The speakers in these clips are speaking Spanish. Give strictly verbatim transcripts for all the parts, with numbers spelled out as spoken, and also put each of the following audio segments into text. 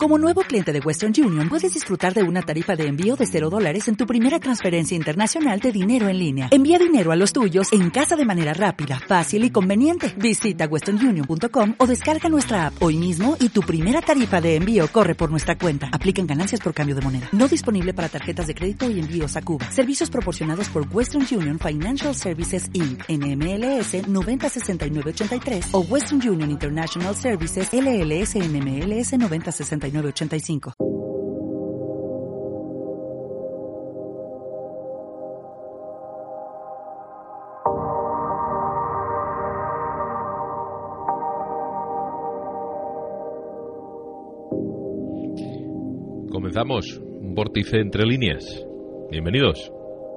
Como nuevo cliente de Western Union, puedes disfrutar de una tarifa de envío de cero dólares en tu primera transferencia internacional de dinero en línea. Envía dinero a los tuyos en casa de manera rápida, fácil y conveniente. Visita western union punto com o descarga nuestra app hoy mismo y tu primera tarifa de envío corre por nuestra cuenta. Aplican ganancias por cambio de moneda. No disponible para tarjetas de crédito y envíos a Cuba. Servicios proporcionados por Western Union Financial Services incorporated. N M L S noventa sesenta y nueve ochenta y tres o Western Union International Services L L S N M L S noventa sesenta y nueve ochenta y cinco. Comenzamos un vórtice entre líneas. Bienvenidos.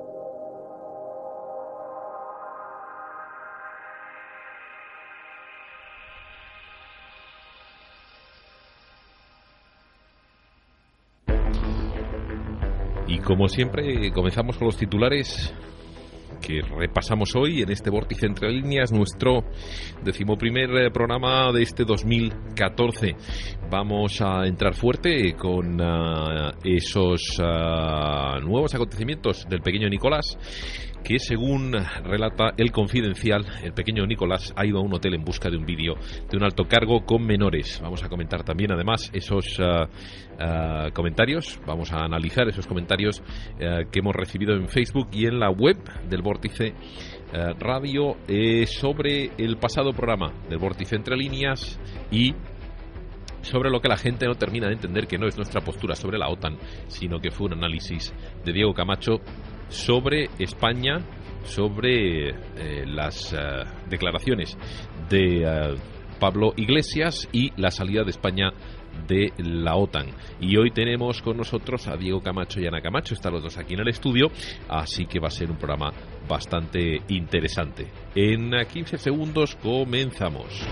Y como siempre, comenzamos con los titulares que repasamos hoy en este vórtice entre líneas, nuestro decimoprimer programa de este dos mil catorce. Vamos a entrar fuerte con uh, esos uh, nuevos acontecimientos del pequeño Nicolás, que según relata El Confidencial, el pequeño Nicolás ha ido a un hotel en busca de un vídeo de un alto cargo con menores. Vamos a comentar también, además, esos uh, uh, comentarios. Vamos a analizar esos comentarios uh, que hemos recibido en Facebook y en la web del Vórtice uh, Radio eh, sobre el pasado programa del Vórtice Entre Líneas y sobre lo que la gente no termina de entender, que no es nuestra postura sobre la OTAN, sino que fue un análisis de Diego Camacho sobre España, sobre eh, las uh, declaraciones de uh, Pablo Iglesias y la salida de España de la OTAN. Y hoy tenemos con nosotros a Diego Camacho y Ana Camacho, están los dos aquí en el estudio, así que va a ser un programa bastante interesante. En quince segundos comenzamos.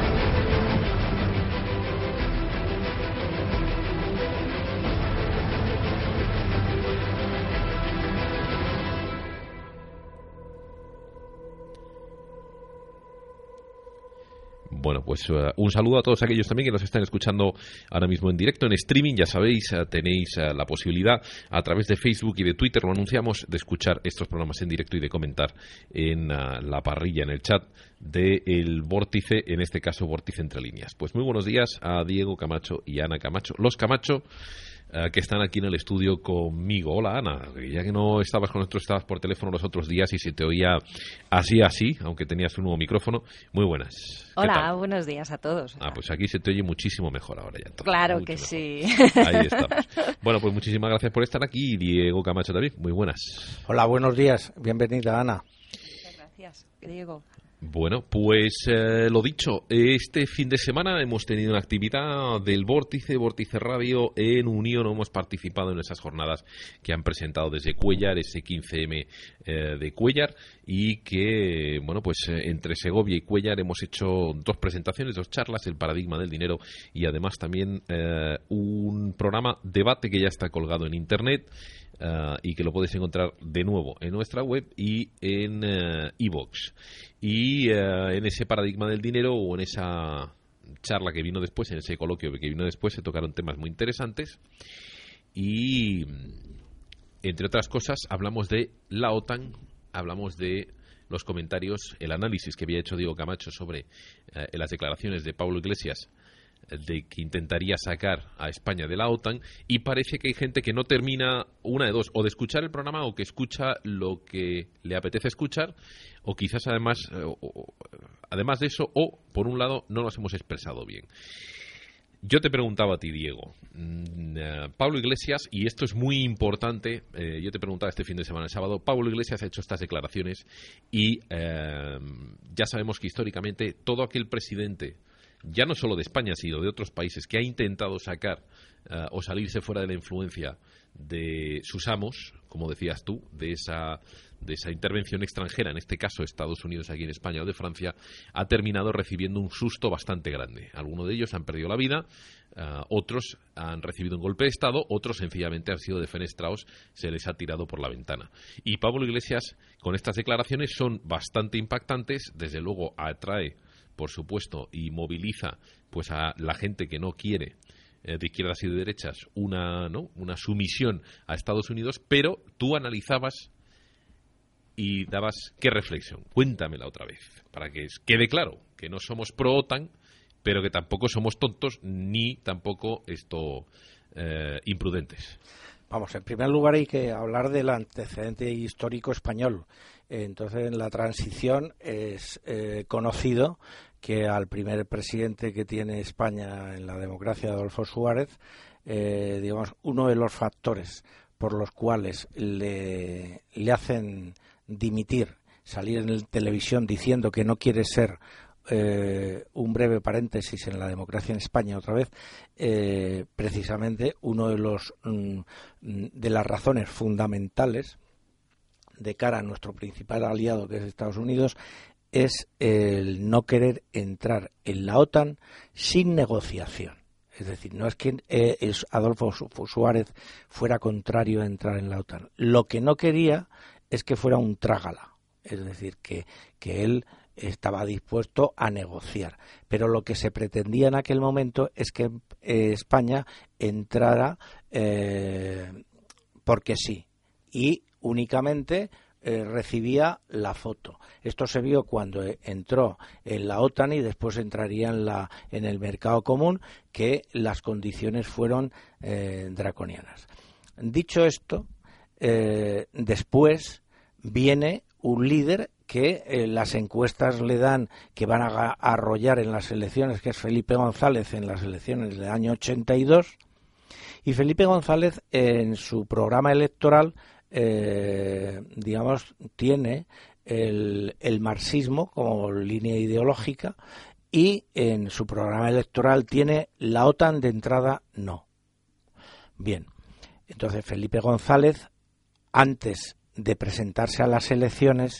Bueno, pues uh, un saludo a todos aquellos también que nos están escuchando ahora mismo en directo, en streaming. Ya sabéis, uh, tenéis uh, la posibilidad a través de Facebook y de Twitter, lo anunciamos, de escuchar estos programas en directo y de comentar en uh, la parrilla, en el chat del Vórtice, en este caso Vórtice Entre Líneas. Pues muy buenos días a Diego Camacho y Ana Camacho, los Camacho, Uh, que están aquí en el estudio conmigo. Hola, Ana, ya que no estabas con nosotros, estabas por teléfono los otros días y se te oía así, así, aunque tenías un nuevo micrófono. Muy buenas. Hola, buenos días a todos. Ah, pues aquí se te oye muchísimo mejor ahora ya. Todo, claro que mejor. Sí. Ahí estamos. Bueno, pues muchísimas gracias por estar aquí. Y Diego Camacho también, muy buenas. Hola, buenos días. Bienvenida, Ana. Muchas gracias, Diego. Bueno, pues eh, lo dicho, este fin de semana hemos tenido una actividad del Vórtice, Vórtice Radio en Unión. Hemos participado en esas jornadas que han presentado desde Cuéllar, ese quince eme eh, de Cuéllar, y que, bueno, pues eh, entre Segovia y Cuéllar hemos hecho dos presentaciones, dos charlas, el paradigma del dinero y además también eh, un programa debate que ya está colgado en Internet. Uh, y que lo podéis encontrar de nuevo en nuestra web y en iVoox. Uh, y uh, en ese paradigma del dinero, o en esa charla que vino después, en ese coloquio que vino después, se tocaron temas muy interesantes y, entre otras cosas, hablamos de la OTAN, hablamos de los comentarios, el análisis que había hecho Diego Camacho sobre uh, las declaraciones de Pablo Iglesias, de que intentaría sacar a España de la OTAN, y parece que hay gente que no termina, una de dos, o de escuchar el programa o que escucha lo que le apetece escuchar, o quizás además o, o, además de eso, o por un lado no nos hemos expresado bien. Yo te preguntaba a ti, Diego, uh, Pablo Iglesias, y esto es muy importante, eh, yo te preguntaba este fin de semana, el sábado, Pablo Iglesias ha hecho estas declaraciones y eh, ya sabemos que históricamente todo aquel presidente, ya no solo de España, sino de otros países, que ha intentado sacar uh, o salirse fuera de la influencia de sus amos, como decías tú, de esa, de esa intervención extranjera, en este caso Estados Unidos aquí en España o de Francia, ha terminado recibiendo un susto bastante grande. Algunos de ellos han perdido la vida, uh, otros han recibido un golpe de Estado, otros sencillamente han sido defenestrados, se les ha tirado por la ventana. Y Pablo Iglesias, con estas declaraciones, son bastante impactantes, desde luego atrae, por supuesto, y moviliza pues a la gente que no quiere eh, de izquierdas y de derechas una, ¿no? una sumisión a Estados Unidos, pero tú analizabas y dabas qué reflexión. Cuéntamela otra vez, para que quede claro que no somos pro-OTAN, pero que tampoco somos tontos ni tampoco esto eh, imprudentes. Vamos, en primer lugar hay que hablar del antecedente histórico español. Entonces, en la transición es eh, conocido que al primer presidente que tiene España en la democracia, Adolfo Suárez, eh, digamos, uno de los factores por los cuales le, le hacen dimitir, salir en televisión diciendo que no quiere ser, eh, un breve paréntesis en la democracia en España otra vez, eh, precisamente uno de los mm, de las razones fundamentales de cara a nuestro principal aliado, que es Estados Unidos, es el no querer entrar en la OTAN sin negociación. Es decir, no es que eh, Adolfo Suárez fuera contrario a entrar en la OTAN. Lo que no quería es que fuera un trágala. Es decir, que, que él estaba dispuesto a negociar. Pero lo que se pretendía en aquel momento es que eh, España entrara eh, porque sí. Y únicamente eh, recibía la foto. Esto se vio cuando entró en la OTAN y después entraría en, la, en el mercado común, que las condiciones fueron eh, draconianas. Dicho esto, eh, después viene un líder que eh, las encuestas le dan que van a, a arrollar en las elecciones, que es Felipe González en las elecciones del año ochenta y dos, y Felipe González en su programa electoral Eh, digamos, tiene el, el marxismo como línea ideológica y en su programa electoral tiene la OTAN de entrada no. Bien, entonces Felipe González, antes de presentarse a las elecciones,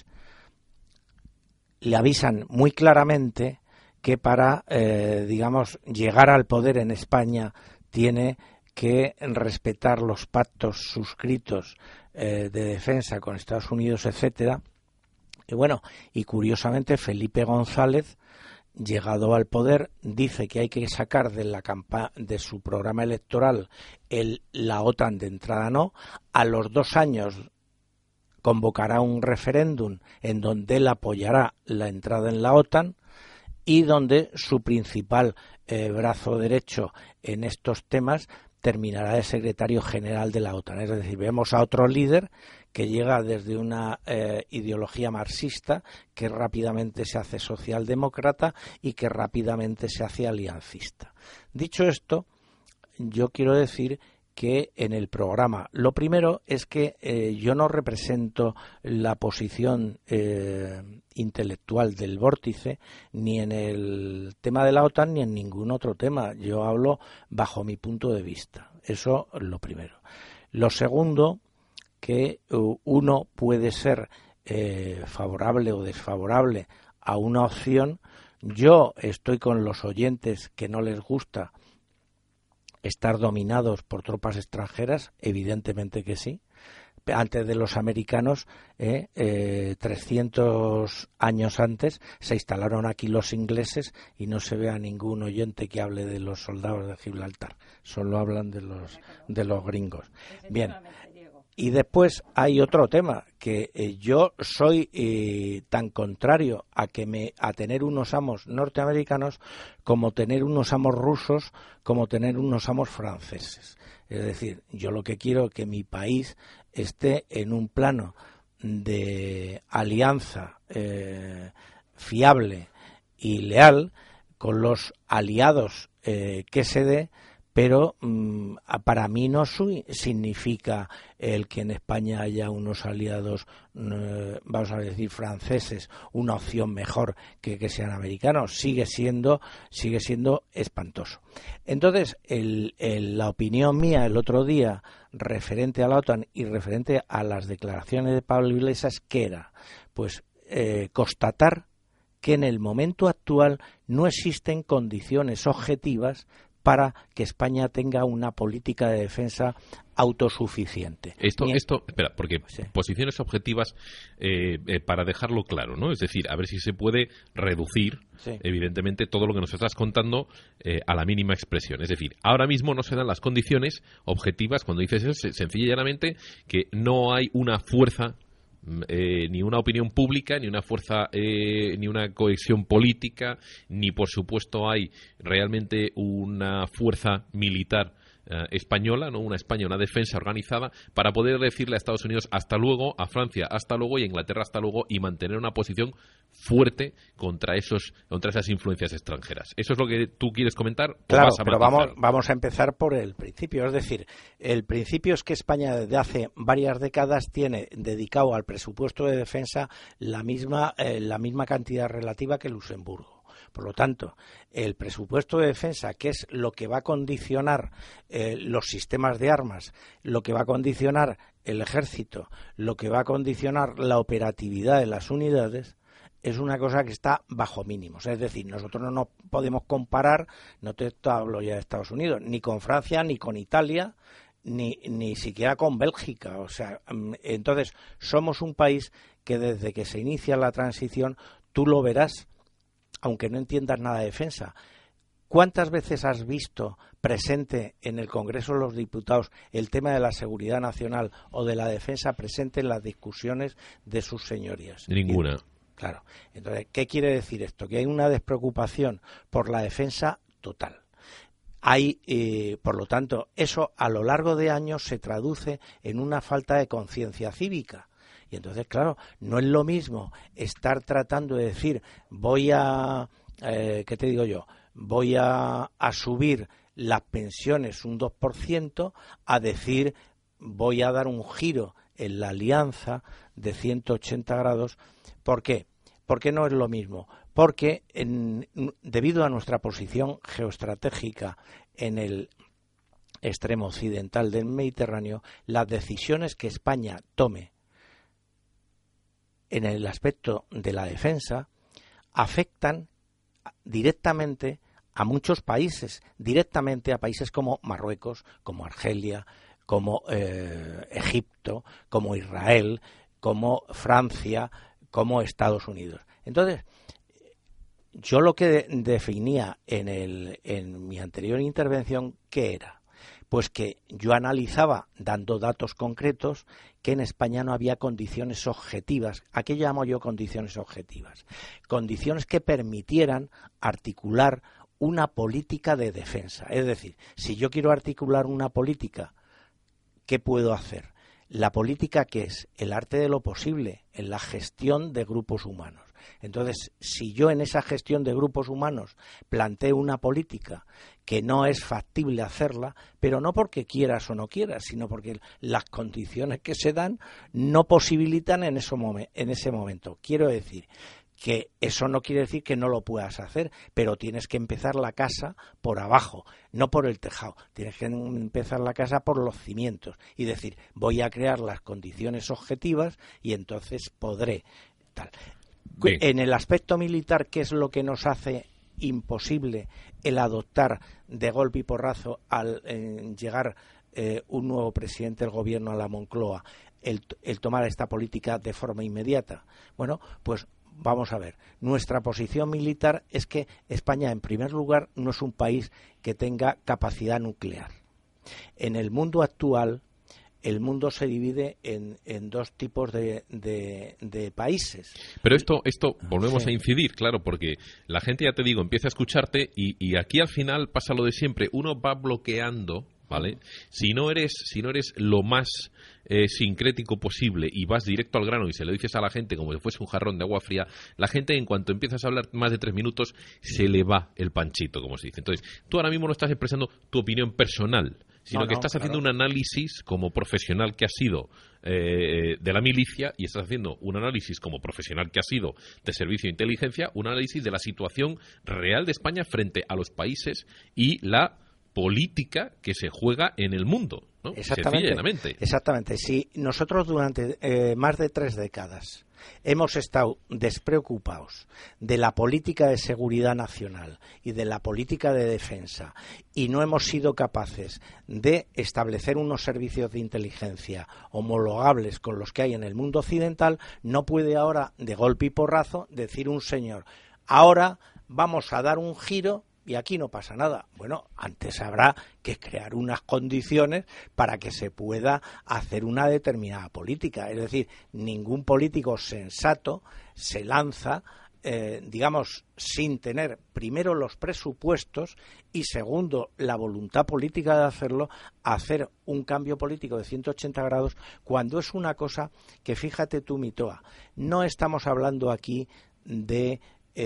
le avisan muy claramente que para, eh, digamos, llegar al poder en España tiene que respetar los pactos suscritos eh, de defensa con Estados Unidos, etcétera. Y bueno, y curiosamente Felipe González, llegado al poder, dice que hay que sacar de la campa- de su programa electoral el la OTAN de entrada no. A los dos años convocará un referéndum en donde él apoyará la entrada en la OTAN y donde su principal eh, brazo derecho en estos temas terminará de secretario general de la OTAN. Es decir, vemos a otro líder que llega desde una eh, ideología marxista, que rápidamente se hace socialdemócrata y que rápidamente se hace aliancista. Dicho esto, yo quiero decir que en el programa, lo primero es que eh, yo no represento la posición eh, intelectual del vórtice, ni en el tema de la OTAN, ni en ningún otro tema. Yo hablo bajo mi punto de vista. Eso es lo primero. Lo segundo, que uh, uno puede ser eh, favorable o desfavorable a una opción. Yo estoy con los oyentes que no les gusta estar dominados por tropas extranjeras, evidentemente que sí. Antes de los americanos, eh, eh, trescientos años antes, se instalaron aquí los ingleses y no se ve a ningún oyente que hable de los soldados de Gibraltar. Solo hablan de los, de los gringos. Bien. Y después hay otro tema, que eh, yo soy eh, tan contrario a que me a tener unos amos norteamericanos como tener unos amos rusos, como tener unos amos franceses. Es decir, yo lo que quiero es que mi país esté en un plano de alianza eh, fiable y leal con los aliados eh, que se dé, pero mmm, para mí no su- significa el que en España haya unos aliados, eh, vamos a decir franceses, una opción mejor que que sean americanos. Sigue siendo, sigue siendo espantoso. Entonces, el, el, la opinión mía el otro día referente a la OTAN y referente a las declaraciones de Pablo Iglesias, ¿qué era? Pues eh, constatar que en el momento actual no existen condiciones objetivas para que España tenga una política de defensa autosuficiente. Esto, Bien. esto, espera, porque Sí. posiciones objetivas, eh, eh, para dejarlo claro, ¿no? Es decir, a ver si se puede reducir, Sí. evidentemente, todo lo que nos estás contando eh, a la mínima expresión. Es decir, ahora mismo no se dan las condiciones objetivas, cuando dices eso, se- sencilla y llanamente, que no hay una fuerza, Eh, ni una opinión pública, ni una fuerza, eh, ni una cohesión política, ni por supuesto hay realmente una fuerza militar eh, española, no una España, una defensa organizada para poder decirle a Estados Unidos hasta luego, a Francia hasta luego y a Inglaterra hasta luego y mantener una posición fuerte contra esos contra esas influencias extranjeras. ¿Eso es lo que tú quieres comentar? ¿O Claro, vas a pero matizar? vamos, vamos a empezar por el principio. Es decir, el principio es que España desde hace varias décadas tiene dedicado al presupuesto de defensa la misma, eh, la misma cantidad relativa que Luxemburgo. Por lo tanto, el presupuesto de defensa, que es lo que va a condicionar eh, los sistemas de armas, lo que va a condicionar el ejército, lo que va a condicionar la operatividad de las unidades, es una cosa que está bajo mínimos. Es decir, nosotros no nos podemos comparar, no te hablo ya de Estados Unidos, ni con Francia, ni con Italia, ni, ni siquiera con Bélgica. O sea, entonces, somos un país que desde que se inicia la transición, tú lo verás, aunque no entiendas nada de defensa. ¿Cuántas veces has visto presente en el Congreso de los Diputados el tema de la seguridad nacional o de la defensa presente en las discusiones de sus señorías? Ninguna. Claro. Entonces, ¿qué quiere decir esto? Que hay una despreocupación por la defensa total. Hay, eh, por lo tanto, eso a lo largo de años se traduce en una falta de conciencia cívica. Y entonces, claro, no es lo mismo estar tratando de decir, voy a, eh, ¿qué te digo yo? Voy a, a subir las pensiones un dos por ciento, a decir, voy a dar un giro en la alianza de ciento ochenta grados. ¿Por qué? Porque no es lo mismo. Porque en, debido a nuestra posición geoestratégica en el extremo occidental del Mediterráneo, las decisiones que España tome en el aspecto de la defensa afectan directamente a muchos países, directamente a países como Marruecos, como Argelia, como eh, Egipto, como Israel, como Francia, como Estados Unidos. Entonces, yo lo que de, definía en, el, en mi anterior intervención, ¿qué era? Pues que yo analizaba, dando datos concretos, que en España no había condiciones objetivas. ¿A qué llamo yo condiciones objetivas? Condiciones que permitieran articular una política de defensa. Es decir, si yo quiero articular una política, ¿qué puedo hacer? La política, que es el arte de lo posible en la gestión de grupos humanos. Entonces, si yo en esa gestión de grupos humanos planteo una política que no es factible hacerla, pero no porque quieras o no quieras, sino porque las condiciones que se dan no posibilitan en, eso momen- en ese momento. Quiero decir que eso no quiere decir que no lo puedas hacer, pero tienes que empezar la casa por abajo, no por el tejado. Tienes que empezar la casa por los cimientos y decir, voy a crear las condiciones objetivas y entonces podré tal. Bien. En el aspecto militar, ¿qué es lo que nos hace imposible el adoptar de golpe y porrazo al eh, llegar eh, un nuevo presidente del gobierno a la Moncloa, el, el tomar esta política de forma inmediata? Bueno, pues vamos a ver, nuestra posición militar es que España, en primer lugar, no es un país que tenga capacidad nuclear. En el mundo actual, el mundo se divide en, en dos tipos de, de, de países. Pero esto, esto volvemos Sí. a incidir, claro, porque la gente, ya te digo, empieza a escucharte y, y aquí al final pasa lo de siempre. Uno va bloqueando, ¿vale? Si no eres, si no eres lo más eh, sincrético posible y vas directo al grano y se lo dices a la gente como si fuese un jarrón de agua fría, la gente, en cuanto empiezas a hablar más de tres minutos, se le va el panchito, como se dice. Entonces, tú ahora mismo no estás expresando tu opinión personal, sino No, que no, estás claro. haciendo un análisis como profesional que has sido eh, de la milicia, y estás haciendo un análisis como profesional que has sido de servicio de inteligencia, un análisis de la situación real de España frente a los países y la política que se juega en el mundo. ¿no? Exactamente. Sencillamente. Exactamente. Si nosotros durante eh, más de tres décadas hemos estado despreocupados de la política de seguridad nacional y de la política de defensa y no hemos sido capaces de establecer unos servicios de inteligencia homologables con los que hay en el mundo occidental, no puede ahora de golpe y porrazo decir un señor, ahora vamos a dar un giro y aquí no pasa nada. Bueno, antes habrá que crear unas condiciones para que se pueda hacer una determinada política. Es decir, ningún político sensato se lanza, eh, digamos, sin tener primero los presupuestos y segundo la voluntad política de hacerlo, a hacer un cambio político de ciento ochenta grados cuando es una cosa que, fíjate tú, Mitoa, no estamos hablando aquí de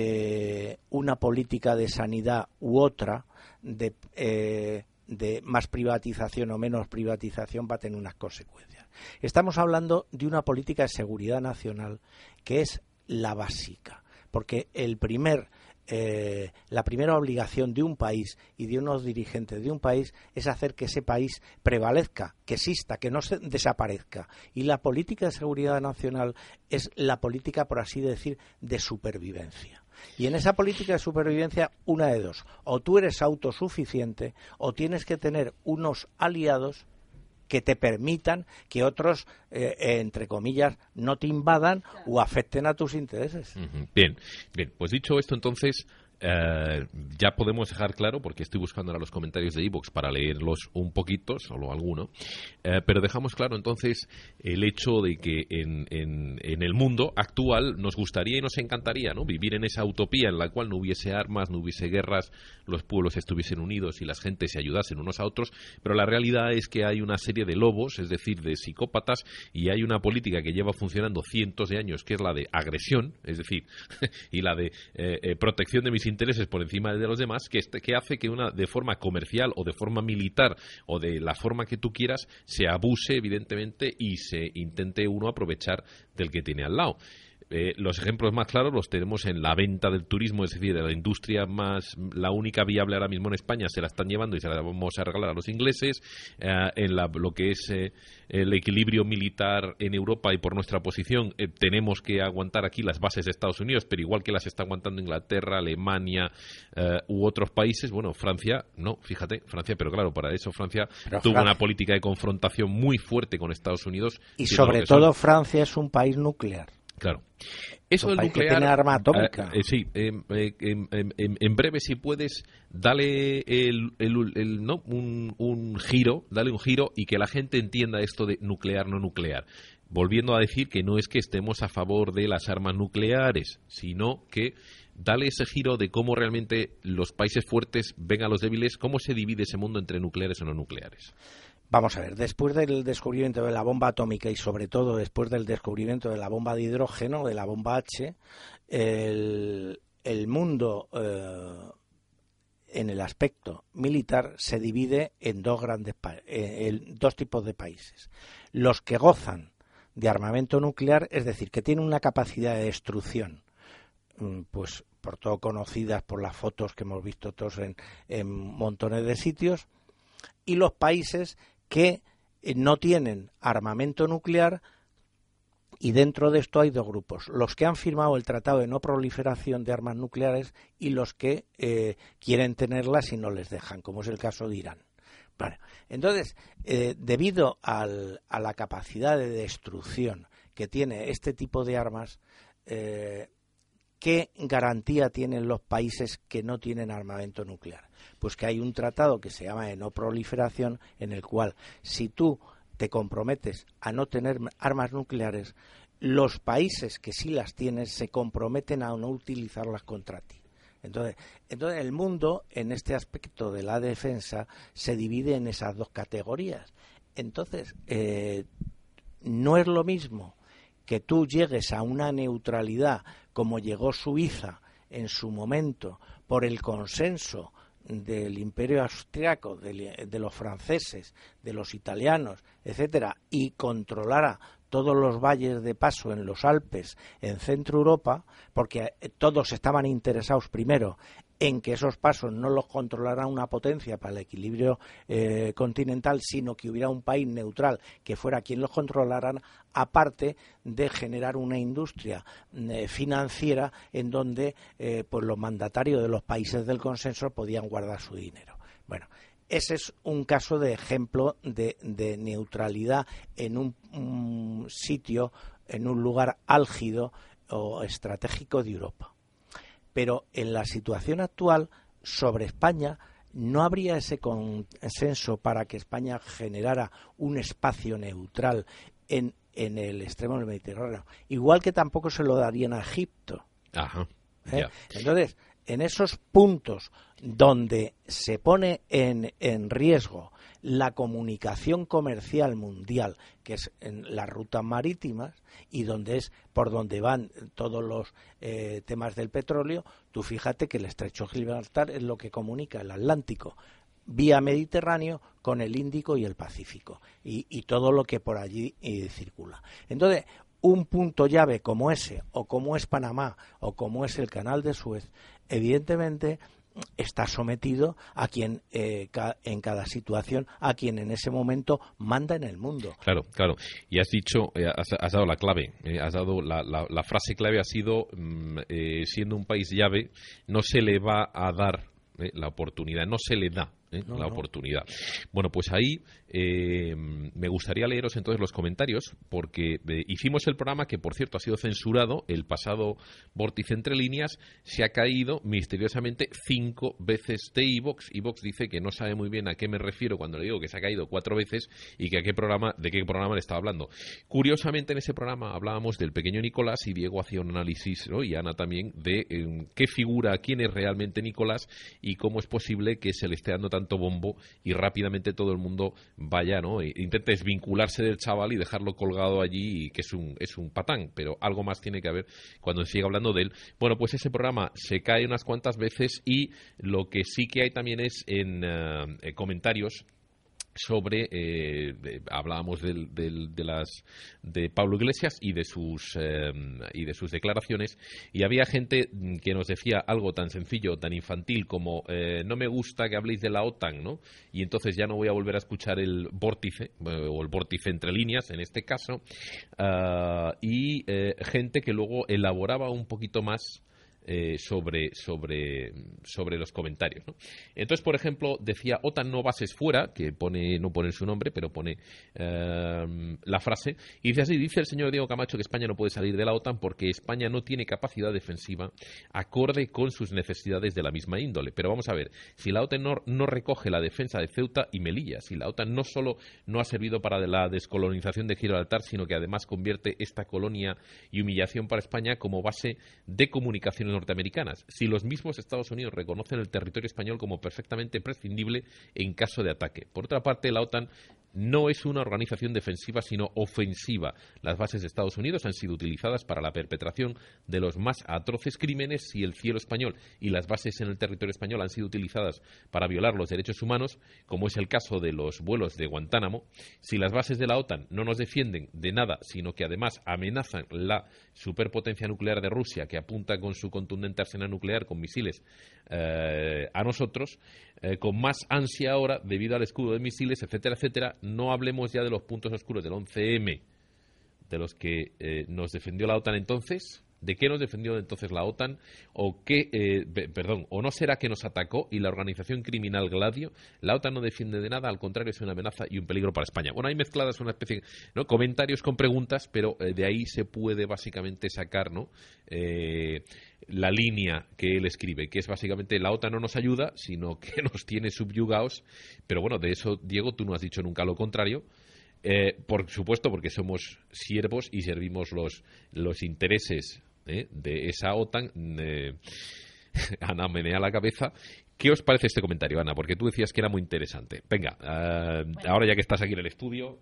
Eh, una política de sanidad u otra, de, eh, de más privatización o menos privatización, va a tener unas consecuencias. Estamos hablando de una política de seguridad nacional que es la básica, porque el primer Eh, la primera obligación de un país y de unos dirigentes de un país es hacer que ese país prevalezca, que exista, que no se desaparezca. Y la política de seguridad nacional es la política, por así decir, de supervivencia. Y en esa política de supervivencia, una de dos: o tú eres autosuficiente o tienes que tener unos aliados que te permitan que otros, eh, eh, entre comillas, no te invadan o afecten a tus intereses. Uh-huh. Bien, bien. Pues dicho esto, entonces, eh, ya podemos dejar claro, porque estoy buscando ahora los comentarios de iVoox para leerlos un poquito, solo alguno, eh, pero dejamos claro entonces el hecho de que en, en, en el mundo actual nos gustaría y nos encantaría, ¿no?, vivir en esa utopía en la cual no hubiese armas, no hubiese guerras, los pueblos estuviesen unidos y las gentes se ayudasen unos a otros, pero la realidad es que hay una serie de lobos, es decir, de psicópatas, y hay una política que lleva funcionando cientos de años, que es la de agresión, es decir, y la de eh, eh, protección de mis intereses por encima de los demás, que, este, que hace que una de forma comercial o de forma militar o de la forma que tú quieras se abuse evidentemente y se intente uno aprovechar del que tiene al lado. Eh, los ejemplos más claros los tenemos en la venta del turismo, es decir, de la industria más, la única viable ahora mismo en España se la están llevando y se la vamos a regalar a los ingleses, eh, en la, lo que es eh, el equilibrio militar en Europa, y por nuestra posición eh, tenemos que aguantar aquí las bases de Estados Unidos, pero igual que las está aguantando Inglaterra, Alemania eh, u otros países. Bueno, Francia, no, fíjate, Francia, pero claro, para eso Francia pero tuvo Francia. una política de confrontación muy fuerte con Estados Unidos. Y sobre todo Francia es un país nuclear. Claro. Eso del nuclear, que tiene arma atómica. Eh, eh, sí, eh, eh, en, en, en breve, si puedes, dale el, el, el, no un, un giro, dale un giro y que la gente entienda esto de nuclear, no nuclear. Volviendo a decir que no es que estemos a favor de las armas nucleares, sino que dale ese giro de cómo realmente los países fuertes ven a los débiles, cómo se divide ese mundo entre nucleares o no nucleares. Vamos a ver, después del descubrimiento de la bomba atómica y sobre todo después del descubrimiento de la bomba de hidrógeno, de la bomba H, el, el mundo eh, en el aspecto militar se divide en dos grandes en dos tipos de países. Los que gozan de armamento nuclear, es decir, que tienen una capacidad de destrucción, pues por todo conocidas por las fotos que hemos visto todos en, en montones de sitios, y los países que no tienen armamento nuclear, y dentro de esto hay dos grupos: los que han firmado el Tratado de No Proliferación de Armas Nucleares y los que eh, quieren tenerlas y no les dejan, como es el caso de Irán. Bueno, entonces, eh, debido al, a la capacidad de destrucción que tiene este tipo de armas, eh, ¿qué garantía tienen los países que no tienen armamento nuclear? Pues que hay un tratado que se llama de no proliferación, en el cual, si tú te comprometes a no tener armas nucleares, los países que sí las tienen se comprometen a no utilizarlas contra ti. Entonces, entonces el mundo, en este aspecto de la defensa, se divide en esas dos categorías. Entonces, eh, no es lo mismo que tú llegues a una neutralidad como llegó Suiza en su momento por el consenso del Imperio Austriaco, de, de los franceses, de los italianos, etcétera, y controlara todos los valles de paso en los Alpes, en Centro Europa, porque todos estaban interesados primero en que esos pasos no los controlara una potencia para el equilibrio eh, continental, sino que hubiera un país neutral que fuera quien los controlara, aparte de generar una industria eh, financiera en donde eh, pues los mandatarios de los países del consenso podían guardar su dinero. Bueno, ese es un caso de ejemplo de, de neutralidad en un, un sitio, en un lugar álgido o estratégico de Europa. Pero en la situación actual, sobre España, no habría ese consenso para que España generara un espacio neutral en, en el extremo del Mediterráneo. Igual que tampoco se lo darían a Egipto. Ajá. ¿Eh? Yeah. Entonces, en esos puntos donde se pone en, en riesgo la comunicación comercial mundial, que es en las rutas marítimas y donde es por donde van todos los eh, temas del petróleo, tú fíjate que el Estrecho de Gibraltar es lo que comunica el Atlántico vía Mediterráneo con el Índico y el Pacífico y, y todo lo que por allí eh, circula. Entonces, un punto llave como ese, o como es Panamá, o como es el Canal de Suez, evidentemente está sometido a quien eh, ca- en cada situación, a quien en ese momento manda en el mundo. Claro, claro. Y has dicho, eh, has, has dado la clave, eh, has dado la, la, la frase clave ha sido, mm, eh, siendo un país llave, no se le va a dar eh, la oportunidad, no se le da ¿eh? No, la no. oportunidad. Bueno, pues ahí eh, me gustaría leeros entonces los comentarios, porque eh, hicimos el programa que, por cierto, ha sido censurado, el pasado Vórtice Entre Líneas, se ha caído misteriosamente cinco veces de iVoox. iVoox dice que no sabe muy bien a qué me refiero cuando le digo que se ha caído cuatro veces y que a qué programa, de qué programa le estaba hablando. Curiosamente, en ese programa hablábamos del pequeño Nicolás y Diego hacía un análisis, ¿no? Y Ana también, de eh, qué figura, quién es realmente Nicolás y cómo es posible que se le esté dando tanto bombo y rápidamente todo el mundo vaya, ¿no? E intenta desvincularse del chaval y dejarlo colgado allí y que es un, es un patán, pero algo más tiene que haber cuando se sigue hablando de él. Bueno, pues ese programa se cae unas cuantas veces y lo que sí que hay también es en uh, eh, comentarios sobre eh, de, hablábamos del, del, de las de Pablo Iglesias y de sus eh, y de sus declaraciones, y había gente que nos decía algo tan sencillo, tan infantil como eh, no me gusta que habléis de la OTAN, ¿no? Y entonces ya no voy a volver a escuchar el vórtice eh, o el vórtice entre líneas en este caso, uh, y eh, gente que luego elaboraba un poquito más Eh, sobre, sobre, sobre los comentarios, ¿no? Entonces, por ejemplo, decía OTAN no bases fuera, que pone no pone su nombre, pero pone eh, la frase, y dice así, dice el señor Diego Camacho que España no puede salir de la OTAN porque España no tiene capacidad defensiva acorde con sus necesidades de la misma índole. Pero vamos a ver, si la OTAN no, no recoge la defensa de Ceuta y Melilla, si la OTAN no solo no ha servido para la descolonización de Gibraltar, sino que además convierte esta colonia y humillación para España como base de comunicación norteamericanas, si los mismos Estados Unidos reconocen el territorio español como perfectamente prescindible en caso de ataque. Por otra parte, la OTAN no es una organización defensiva, sino ofensiva. Las bases de Estados Unidos han sido utilizadas para la perpetración de los más atroces crímenes si el cielo español y las bases en el territorio español han sido utilizadas para violar los derechos humanos, como es el caso de los vuelos de Guantánamo. Si las bases de la OTAN no nos defienden de nada, sino que además amenazan la superpotencia nuclear de Rusia, que apunta con su contundente arsenal nuclear con misiles eh, a nosotros, eh, con más ansia ahora debido al escudo de misiles, etcétera, etcétera. No hablemos ya de los puntos oscuros del once eme, de los que eh, nos defendió la OTAN entonces. ¿De qué nos defendió entonces la OTAN? ¿O qué, eh, perdón, o no será que nos atacó y la organización criminal Gladio? La OTAN no defiende de nada, al contrario, es una amenaza y un peligro para España. Bueno, hay mezcladas una especie, ¿no?, comentarios con preguntas, pero eh, de ahí se puede básicamente sacar, ¿no?, eh, la línea que él escribe, que es básicamente la OTAN no nos ayuda, sino que nos tiene subyugados. Pero bueno, de eso, Diego, tú no has dicho nunca lo contrario. Eh, por supuesto, porque somos siervos y servimos los, los intereses ¿eh? de esa OTAN. eh, Ana menea la cabeza. ¿Qué os parece este comentario, Ana? Porque tú decías que era muy interesante. Venga, uh, bueno. Ahora ya que estás aquí en el estudio.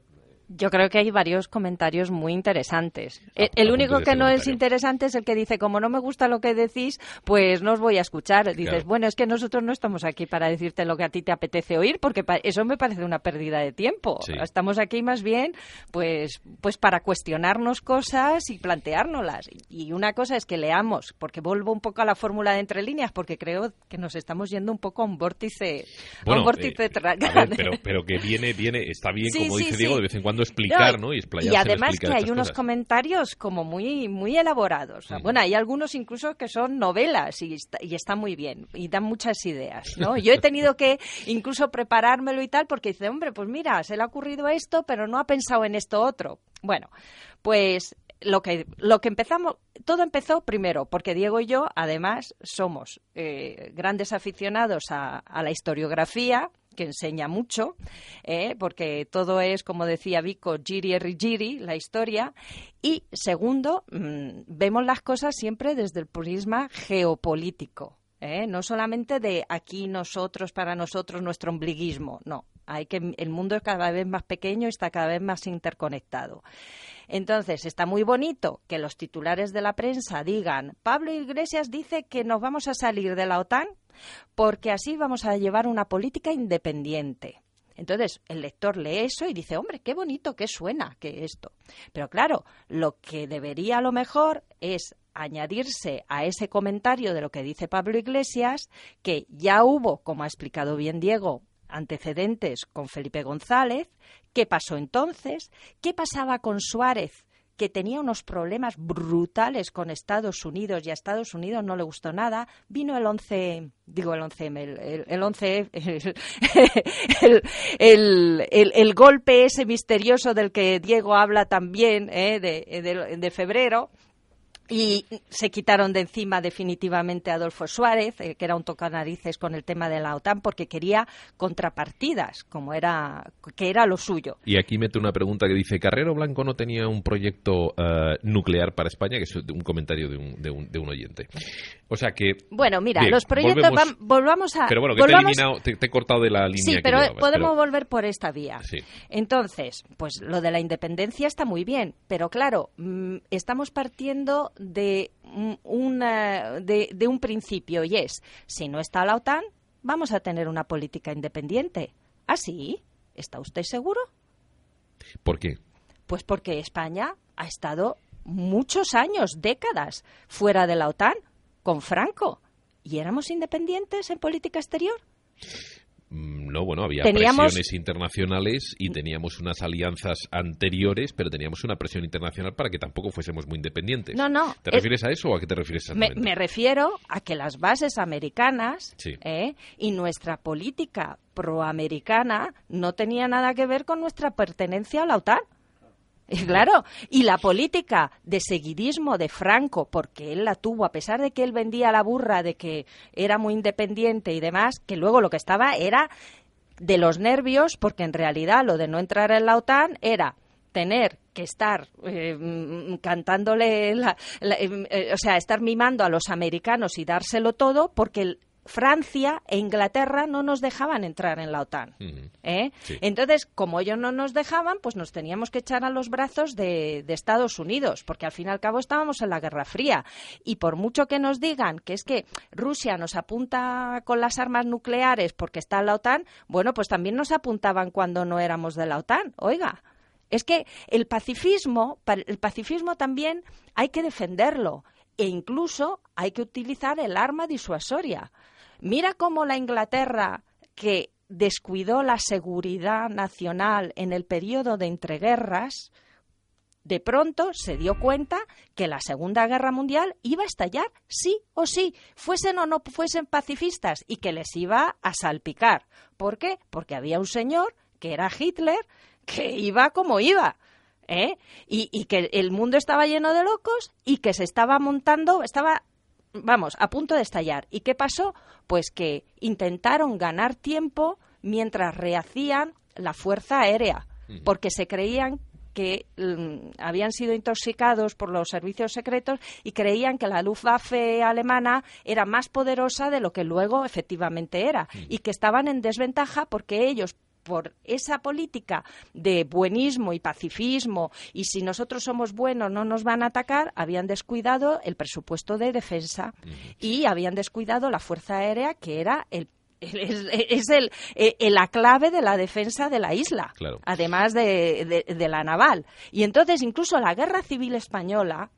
Yo creo que hay varios comentarios muy interesantes. Ah, El, el único que no comentario. es interesante es el que dice, como no me gusta lo que decís, pues no os voy a escuchar. Dices, Claro. bueno, es que nosotros no estamos aquí para decirte lo que a ti te apetece oír, porque pa- eso me parece una pérdida de tiempo. Sí. Estamos aquí más bien pues, pues para cuestionarnos cosas y planteárnoslas. Y una cosa es que leamos, porque vuelvo un poco a la fórmula de entre líneas, porque creo que nos estamos yendo un poco a un vórtice, a un vórtice eh, tra- a ver, pero, pero que viene, viene, está bien, Sí, como sí, dice sí. Diego, de vez en cuando explicar, ¿no? Y explayarse Y en además explicar que hay estas unos cosas. comentarios como muy muy elaborados. Ujú. Bueno, hay algunos incluso que son novelas y está, y está muy bien y dan muchas ideas, ¿no? Yo he tenido que incluso preparármelo y tal porque dice, hombre, pues mira, se le ha ocurrido esto, pero no ha pensado en esto otro. Bueno, pues lo que lo que empezamos, todo empezó primero porque Diego y yo, además, somos eh, grandes aficionados a, a la historiografía, que enseña mucho, eh, porque todo es, como decía Vico, giri e rigiri, la historia. Y segundo, mmm, vemos las cosas siempre desde el prisma geopolítico. ¿eh? No solamente de aquí nosotros, para nosotros, nuestro ombliguismo. No, hay que el mundo es cada vez más pequeño y está cada vez más interconectado. Entonces, está muy bonito que los titulares de la prensa digan Pablo Iglesias dice que nos vamos a salir de la OTAN porque así vamos a llevar una política independiente. Entonces, el lector lee eso y dice, hombre, qué bonito, qué suena, que esto. Pero claro, lo que debería a lo mejor es añadirse a ese comentario de lo que dice Pablo Iglesias, que ya hubo, como ha explicado bien Diego, antecedentes con Felipe González. ¿Qué pasó entonces? ¿Qué pasaba con Suárez, que tenía unos problemas brutales con Estados Unidos y a Estados Unidos no le gustó nada? Vino el once, digo el once eme, el, el, el once, el, el, el, el, el golpe ese misterioso del que Diego habla también, ¿eh? de, de, de febrero. Y se quitaron de encima definitivamente a Adolfo Suárez, eh, que era un tocanarices con el tema de la OTAN, porque quería contrapartidas, como era que era lo suyo. Y aquí meto una pregunta que dice, ¿Carrero Blanco no tenía un proyecto uh, nuclear para España? Que es un comentario de un, de un, de un oyente. O sea que... Bueno, mira, bien, los proyectos... volvemos, van, volvamos a... Pero bueno, que volvamos, te he eliminado, te, te he cortado de la línea sí, que pero llevabas, podemos pero... volver por esta vía. Sí. Entonces, pues lo de la independencia está muy bien, pero claro, mmm, estamos partiendo de, una, de, de un principio y es, si no está la OTAN, vamos a tener una política independiente. ¿Ah, sí? ¿Está usted seguro? ¿Por qué? Pues porque España ha estado muchos años, décadas, fuera de la OTAN, con Franco. ¿Y éramos independientes en política exterior? No, bueno, había teníamos... presiones internacionales y teníamos unas alianzas anteriores, pero teníamos una presión internacional para que tampoco fuésemos muy independientes. No, no. ¿Te refieres a eso o a qué te refieres exactamente? Me, me refiero a que las bases americanas sí. ¿eh? y nuestra política proamericana no tenía nada que ver con nuestra pertenencia a la OTAN. Y claro, y la política de seguidismo de Franco, porque él la tuvo, a pesar de que él vendía la burra de que era muy independiente y demás, que luego lo que estaba era de los nervios, porque en realidad lo de no entrar en la OTAN era tener que estar eh, cantándole, la, la, eh, o sea, estar mimando a los americanos y dárselo todo, porque el Francia e Inglaterra no nos dejaban entrar en la OTAN. Uh-huh. ¿eh? Sí. Entonces, como ellos no nos dejaban, pues nos teníamos que echar a los brazos de, de Estados Unidos, porque al fin y al cabo estábamos en la Guerra Fría. Y por mucho que nos digan que es que Rusia nos apunta con las armas nucleares porque está en la OTAN, bueno, pues también nos apuntaban cuando no éramos de la OTAN. Oiga, es que el pacifismo, el pacifismo también hay que defenderlo e incluso hay que utilizar el arma disuasoria. Mira cómo la Inglaterra, que descuidó la seguridad nacional en el periodo de entreguerras, de pronto se dio cuenta que la Segunda Guerra Mundial iba a estallar sí o sí, fuesen o no fuesen pacifistas, y que les iba a salpicar. ¿Por qué? Porque había un señor, que era Hitler, que iba como iba. ¿eh? Y, y que el mundo estaba lleno de locos y que se estaba montando, estaba... vamos, a punto de estallar. ¿Y qué pasó? Pues que intentaron ganar tiempo mientras rehacían la fuerza aérea, porque se creían que um, habían sido intoxicados por los servicios secretos y creían que la Luftwaffe alemana era más poderosa de lo que luego efectivamente era, y que estaban en desventaja porque ellos por esa política de buenismo y pacifismo, y si nosotros somos buenos no nos van a atacar, habían descuidado el presupuesto de defensa y habían descuidado la Fuerza Aérea, que era el Es, es el, el, la clave de la defensa de la isla, claro. además de, de, de la naval. Y entonces incluso la Guerra Civil Española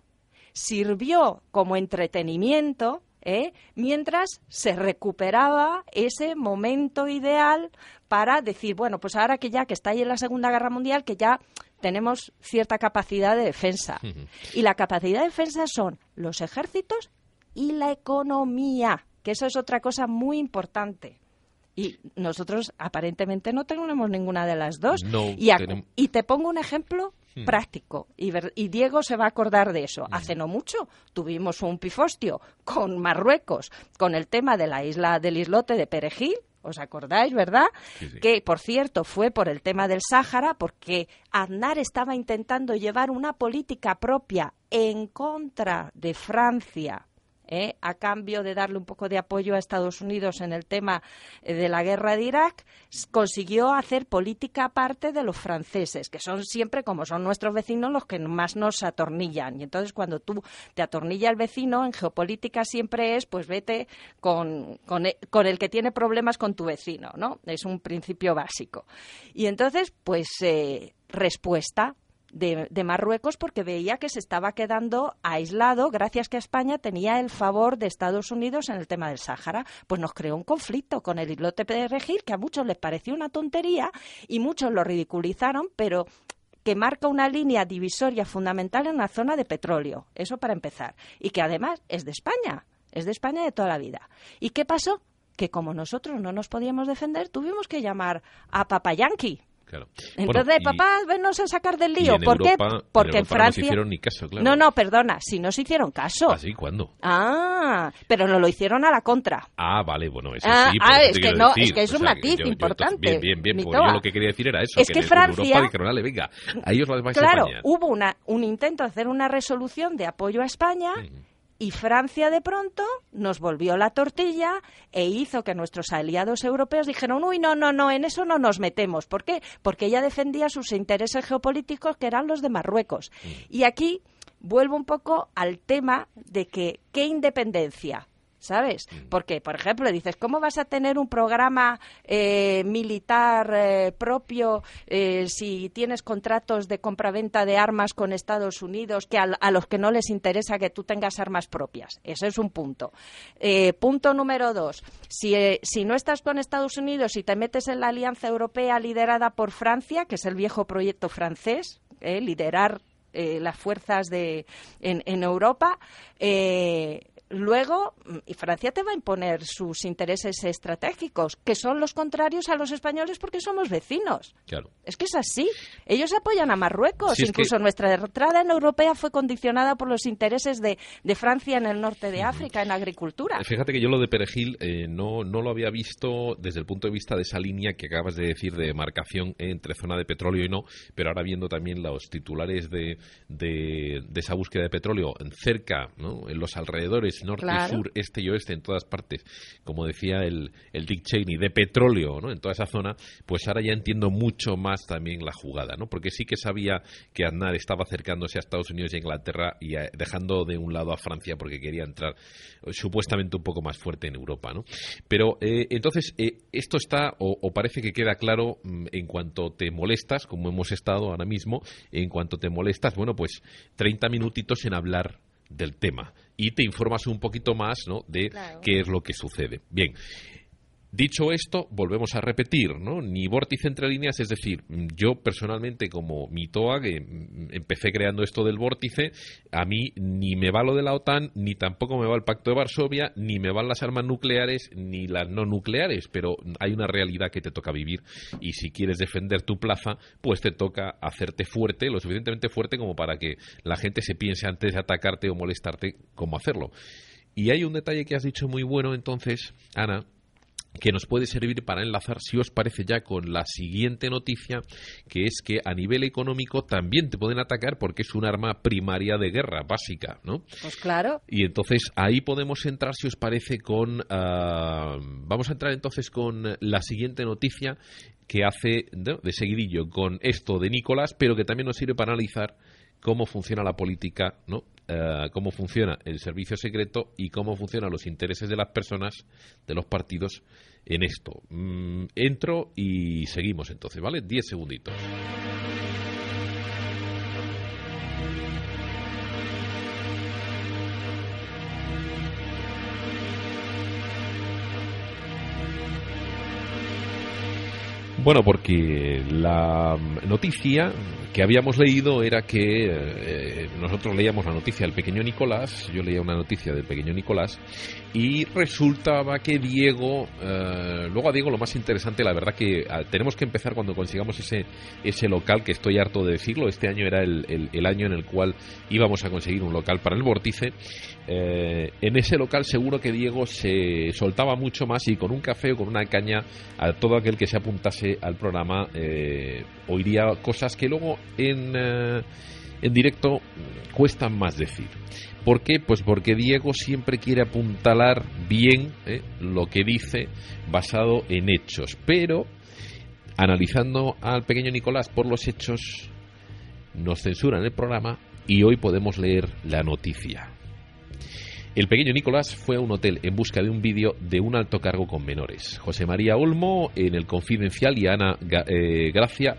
sirvió como entretenimiento, ¿eh? mientras se recuperaba ese momento ideal para decir, bueno, pues ahora que ya que está ahí en la Segunda Guerra Mundial, que ya tenemos cierta capacidad de defensa. Uh-huh. Y la capacidad de defensa son los ejércitos y la economía, que eso es otra cosa muy importante. Y nosotros aparentemente no tenemos ninguna de las dos. No, y, a, tenemos... y te pongo un ejemplo hmm. práctico, y, ver, y Diego se va a acordar de eso. Hmm. Hace no mucho tuvimos un pifostio con Marruecos, con el tema de la isla del islote de Perejil. ¿Os acordáis, verdad? Sí, sí. Que, por cierto, fue por el tema del Sáhara, porque Aznar estaba intentando llevar una política propia en contra de Francia, ¿Eh? a cambio de darle un poco de apoyo a Estados Unidos en el tema de la guerra de Irak, consiguió hacer política aparte de los franceses, que son siempre, como son nuestros vecinos, los que más nos atornillan. Y entonces cuando tú te atornilla el vecino, en geopolítica siempre es, pues vete con, con, el, con el que tiene problemas con tu vecino, ¿no? Es un principio básico. Y entonces, pues, eh, respuesta De, de Marruecos, porque veía que se estaba quedando aislado gracias que España tenía el favor de Estados Unidos en el tema del Sáhara. Pues nos creó un conflicto con el islote de Perejil que a muchos les pareció una tontería y muchos lo ridiculizaron, pero que marca una línea divisoria fundamental en una zona de petróleo. Eso para empezar. Y que además es de España, es de España de toda la vida. ¿Y qué pasó? Que como nosotros no nos podíamos defender, tuvimos que llamar a Papa Yankee. Claro. Entonces, bueno, y, papá, vennos a sacar del lío. En ¿Por Europa, qué? Porque en, en Francia... no se hicieron ni caso, claro. No, no, perdona, si no se hicieron caso. ¿Ah, sí? ¿Cuándo? Ah, pero no lo hicieron a la contra. Ah, vale, bueno, eso ah, sí. Ah, es que no, decir. es que es o un sea, matiz yo, yo, importante. Yo, bien, bien, bien, pues yo lo que quería decir era eso. Es que, que Francia... En Europa dijeron, dale, venga, a ellos las vais claro, a apañar. hubo una, un intento de hacer una resolución de apoyo a España... Mm. Y Francia de pronto nos volvió la tortilla e hizo que nuestros aliados europeos dijeron, uy, no, no, no, en eso no nos metemos. ¿Por qué? Porque ella defendía sus intereses geopolíticos, que eran los de Marruecos. Mm. Y aquí vuelvo un poco al tema de que, ¿qué independencia? ¿Sabes? Porque, por ejemplo, dices, ¿cómo vas a tener un programa eh, militar eh, propio eh, si tienes contratos de compraventa de armas con Estados Unidos que a, a los que no les interesa que tú tengas armas propias? Eso es un punto. Eh, punto número dos. Si, eh, si no estás con Estados Unidos y te metes en la Alianza Europea liderada por Francia, que es el viejo proyecto francés, eh, liderar eh, las fuerzas de en, en Europa, eh, luego, y Francia te va a imponer sus intereses estratégicos, que son los contrarios a los españoles porque somos vecinos. Claro. Es que es así. Ellos apoyan a Marruecos. Sí, Incluso que... nuestra entrada en la europea fue condicionada por los intereses de, de Francia en el norte de África, en la agricultura. Fíjate que yo lo de Perejil eh, no, no lo había visto desde el punto de vista de esa línea que acabas de decir de demarcación entre zona de petróleo y no, pero ahora viendo también los titulares de, de, de esa búsqueda de petróleo cerca, ¿no?, en los alrededores, norte claro. y sur, este y oeste, en todas partes, como decía el, el Dick Cheney, de petróleo, ¿no?, en toda esa zona, pues ahora ya entiendo mucho más también la jugada, ¿no?, porque sí que sabía que Aznar estaba acercándose a Estados Unidos y a Inglaterra y a, dejando de un lado a Francia porque quería entrar eh, supuestamente un poco más fuerte en Europa, ¿no? Pero eh, entonces eh, esto está, o, o parece que queda claro, mmm, en cuanto te molestas, como hemos estado ahora mismo, en cuanto te molestas, bueno, pues treinta minutitos en hablar del tema y te informas un poquito más, ¿no?, de claro. qué es lo que sucede. Bien. Dicho esto, volvemos a repetir, ¿no? Ni vórtice entre líneas, es decir, yo personalmente como Mitoa, que empecé creando esto del vórtice, a mí ni me va lo de la OTAN, ni tampoco me va el Pacto de Varsovia, ni me van las armas nucleares, ni las no nucleares, pero hay una realidad que te toca vivir y si quieres defender tu plaza, pues te toca hacerte fuerte, lo suficientemente fuerte como para que la gente se piense antes de atacarte o molestarte cómo hacerlo. Y hay un detalle que has dicho muy bueno entonces, Ana, que nos puede servir para enlazar, si os parece, ya con la siguiente noticia, que es que a nivel económico también te pueden atacar porque es un arma primaria de guerra, básica, ¿no? Pues claro. Y entonces ahí podemos entrar, si os parece, con... Uh, vamos a entrar entonces con la siguiente noticia que hace, ¿no?, de seguidillo con esto de Nicolás, pero que también nos sirve para analizar cómo funciona la política, ¿no? Uh, cómo funciona el servicio secreto y cómo funcionan los intereses de las personas, de los partidos en esto. Mm, entro y seguimos entonces, ¿vale? Diez segunditos. Bueno, porque la noticia que habíamos leído era que eh, nosotros leíamos la noticia del pequeño Nicolás, yo leía una noticia del pequeño Nicolás, y resultaba que Diego, eh, luego a Diego lo más interesante, la verdad que a, tenemos que empezar cuando consigamos ese ese local, que estoy harto de decirlo, este año era el, el, el año en el cual íbamos a conseguir un local para el Vórtice. Eh, en ese local seguro que Diego se soltaba mucho más y con un café o con una caña a todo aquel que se apuntase al programa eh, oiría cosas que luego en, eh, en directo cuestan más decir. ¿Por qué? Pues porque Diego siempre quiere apuntalar bien eh, lo que dice basado en hechos, pero analizando al pequeño Nicolás por los hechos nos censuran el programa y hoy podemos leer la noticia. El pequeño Nicolás fue a un hotel en busca de un vídeo de un alto cargo con menores. José María Olmo en El Confidencial y Ana eh, Gracia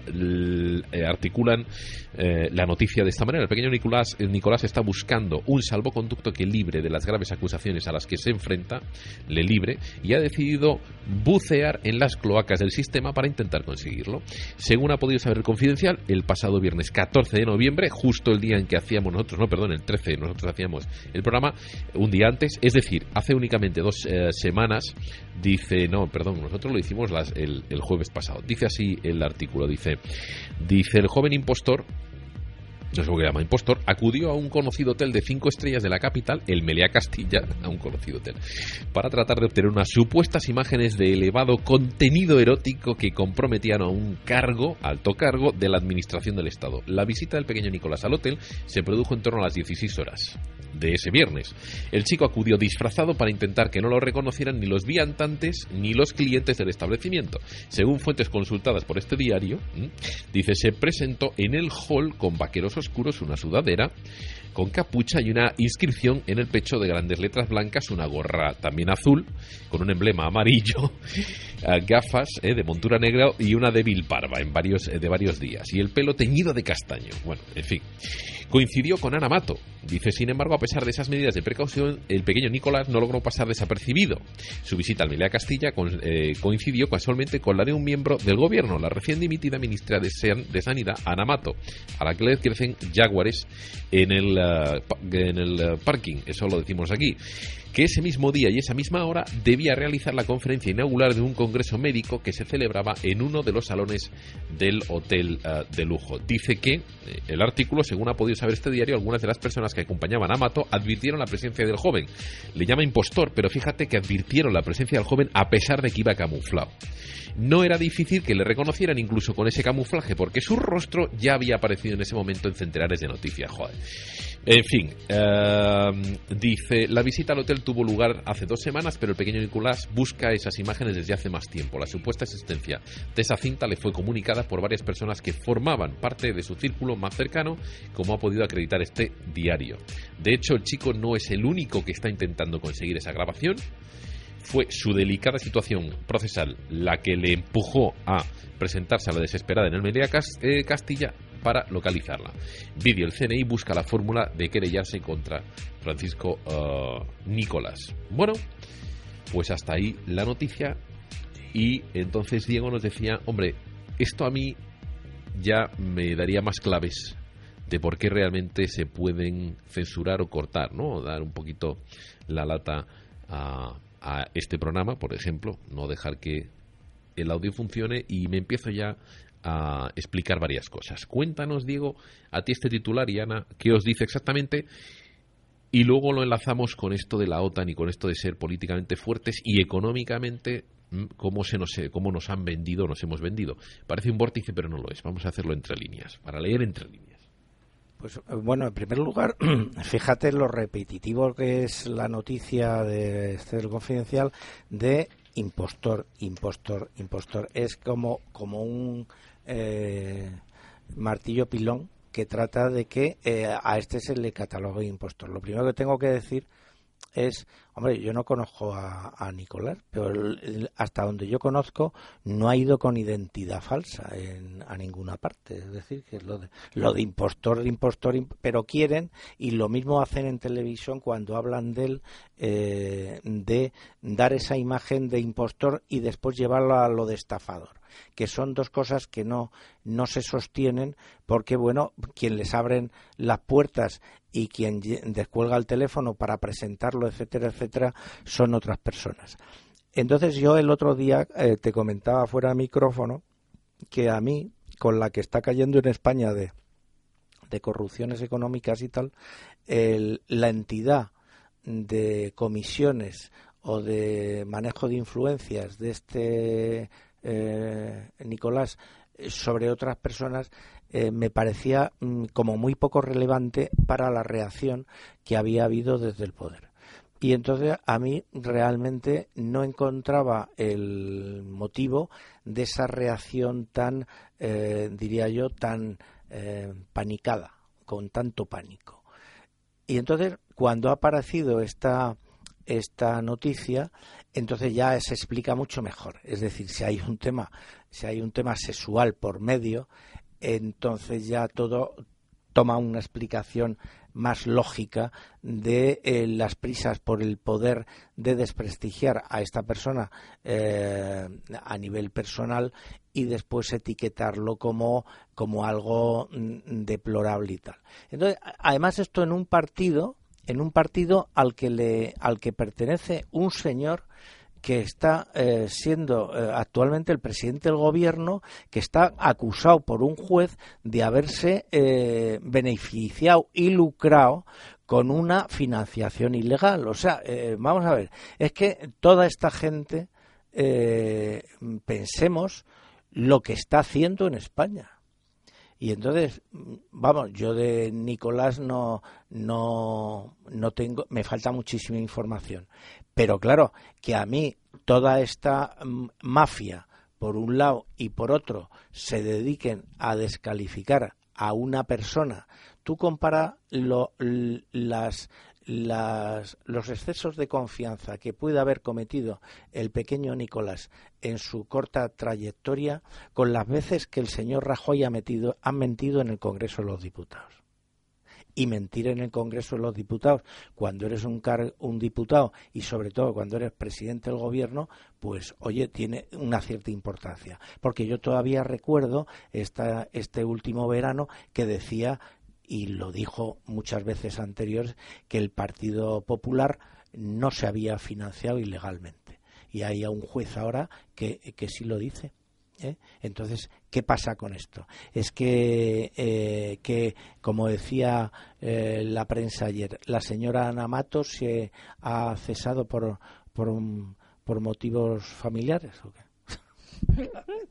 eh, articulan eh, la noticia de esta manera. El pequeño Nicolás, el Nicolás está buscando un salvoconducto que libre de las graves acusaciones a las que se enfrenta, le libre, y ha decidido bucear en las cloacas del sistema para intentar conseguirlo. Según ha podido saber El Confidencial, el pasado viernes catorce de noviembre, justo el día en que hacíamos nosotros, no, perdón, el trece, nosotros hacíamos el programa, un día antes, es decir, hace únicamente dos eh, semanas, dice, no, perdón, nosotros lo hicimos las, el, el jueves pasado, dice así el artículo, dice, dice el joven impostor, no sé cómo se llama, impostor, acudió a un conocido hotel de cinco estrellas de la capital, el Meliá Castilla, a un conocido hotel, para tratar de obtener unas supuestas imágenes de elevado contenido erótico que comprometían a un cargo, alto cargo, de la administración del Estado. La visita del pequeño Nicolás al hotel se produjo en torno a las dieciséis horas de ese viernes. El chico acudió disfrazado para intentar que no lo reconocieran ni los viandantes ni los clientes del establecimiento. Según fuentes consultadas por este diario, dice, se presentó en el hall con vaqueros oscuros, una sudadera con capucha y una inscripción en el pecho de grandes letras blancas, una gorra también azul con un emblema amarillo, gafas eh, de montura negra y una débil barba en varios, eh, de varios días, y el pelo teñido de castaño. Bueno, en fin, coincidió con Ana Mato. Dice, sin embargo, a pesar de esas medidas de precaución, el pequeño Nicolás no logró pasar desapercibido. Su visita al Meliá Castilla con, eh, coincidió casualmente con la de un miembro del gobierno, la recién dimitida ministra de, San, de Sanidad, Ana Mato, a la que le crecen jaguares en el, uh, en el uh, parking, eso lo decimos aquí, que ese mismo día y esa misma hora debía realizar la conferencia inaugural de un congreso médico que se celebraba en uno de los salones del hotel uh, de lujo. Dice que eh, el artículo, según ha podido saber este diario, algunas de las personas que acompañaban a Mato advirtieron la presencia del joven. Le llama impostor, pero fíjate que advirtieron la presencia del joven a pesar de que iba camuflado. No era difícil que le reconocieran incluso con ese camuflaje, porque su rostro ya había aparecido en ese momento en centenares de noticias. Joder. En fin, uh, dice, la visita al hotel tuvo lugar hace dos semanas, pero el pequeño Nicolás busca esas imágenes desde hace más tiempo. La supuesta existencia de esa cinta le fue comunicada por varias personas que formaban parte de su círculo más cercano, como ha podido acreditar este diario. De hecho, el chico no es el único que está intentando conseguir esa grabación. Fue su delicada situación procesal la que le empujó a presentarse a la desesperada en el Meliá Castilla para localizarla. Vídeo, el C N I busca la fórmula de querellarse contra Francisco uh, Nicolás. Bueno, pues hasta ahí la noticia. Y entonces Diego nos decía, hombre, esto a mí ya me daría más claves de por qué realmente se pueden censurar o cortar, ¿no? O dar un poquito la lata a, a este programa, por ejemplo, no dejar que el audio funcione, y me empiezo ya a explicar varias cosas. Cuéntanos, Diego, a ti este titular, y Ana, ¿qué os dice exactamente? Y luego lo enlazamos con esto de la OTAN y con esto de ser políticamente fuertes y económicamente cómo, se nos, cómo nos han vendido, nos hemos vendido. Parece un vórtice, pero no lo es. Vamos a hacerlo entre líneas, para leer entre líneas. Pues bueno, en primer lugar, fíjate lo repetitivo que es la noticia de este Confidencial de impostor, impostor, impostor. Es como, como un eh, martillo pilón que trata de que eh, a este se le catalogue impostor. Lo primero que tengo que decir es, hombre, yo no conozco a, a Nicolás, pero el, el, hasta donde yo conozco no ha ido con identidad falsa en, a ninguna parte. Es decir, que lo de, lo de impostor, impostor, imp, pero quieren, y lo mismo hacen en televisión cuando hablan de él, eh, de dar esa imagen de impostor y después llevarlo a lo de estafador, que son dos cosas que no, no se sostienen, porque, bueno, quien les abren las puertas y quien descuelga el teléfono para presentarlo, etcétera, etcétera, son otras personas. Entonces yo el otro día eh, te comentaba fuera de micrófono que a mí, con la que está cayendo en España de, de corrupciones económicas y tal, el, la entidad de comisiones o de manejo de influencias de este eh, Nicolás sobre otras personas eh, me parecía mm, como muy poco relevante para la reacción que había habido desde el poder. Y entonces a mí realmente no encontraba el motivo de esa reacción tan, eh, diría yo, tan eh, panicada, con tanto pánico. Y entonces cuando ha aparecido esta, esta noticia, entonces ya se explica mucho mejor. Es decir, si hay un tema, si hay un tema sexual por medio, entonces ya todo toma una explicación más lógica de eh, las prisas por el poder de desprestigiar a esta persona eh, a nivel personal y después etiquetarlo como, como algo mm, deplorable y tal. Entonces, además esto en un partido, en un partido al que le, al que pertenece un señor que está eh, siendo eh, actualmente el presidente del gobierno, que está acusado por un juez de haberse eh, beneficiado y lucrado con una financiación ilegal. O sea, eh, vamos a ver, es que toda esta gente, eh, pensemos lo que está haciendo en España. Y entonces, vamos, yo de Nicolás no, no, no tengo, me falta muchísima información. Pero claro, que a mí toda esta mafia, por un lado y por otro, se dediquen a descalificar a una persona. Tú compara lo, las, las, los excesos de confianza que puede haber cometido el pequeño Nicolás en su corta trayectoria con las veces que el señor Rajoy ha, metido, ha mentido en el Congreso de los Diputados. Y mentir en el Congreso de los Diputados cuando eres un, car- un diputado y sobre todo cuando eres presidente del gobierno, pues oye, tiene una cierta importancia. Porque yo todavía recuerdo esta, este último verano que decía, y lo dijo muchas veces anteriores, que el Partido Popular no se había financiado ilegalmente. Y hay un juez ahora que, que sí lo dice. ¿Eh? Entonces, ¿qué pasa con esto? Es que, eh, que como decía eh, la prensa ayer, la señora Ana Matos se ha cesado por por, un, por motivos familiares, ¿o qué?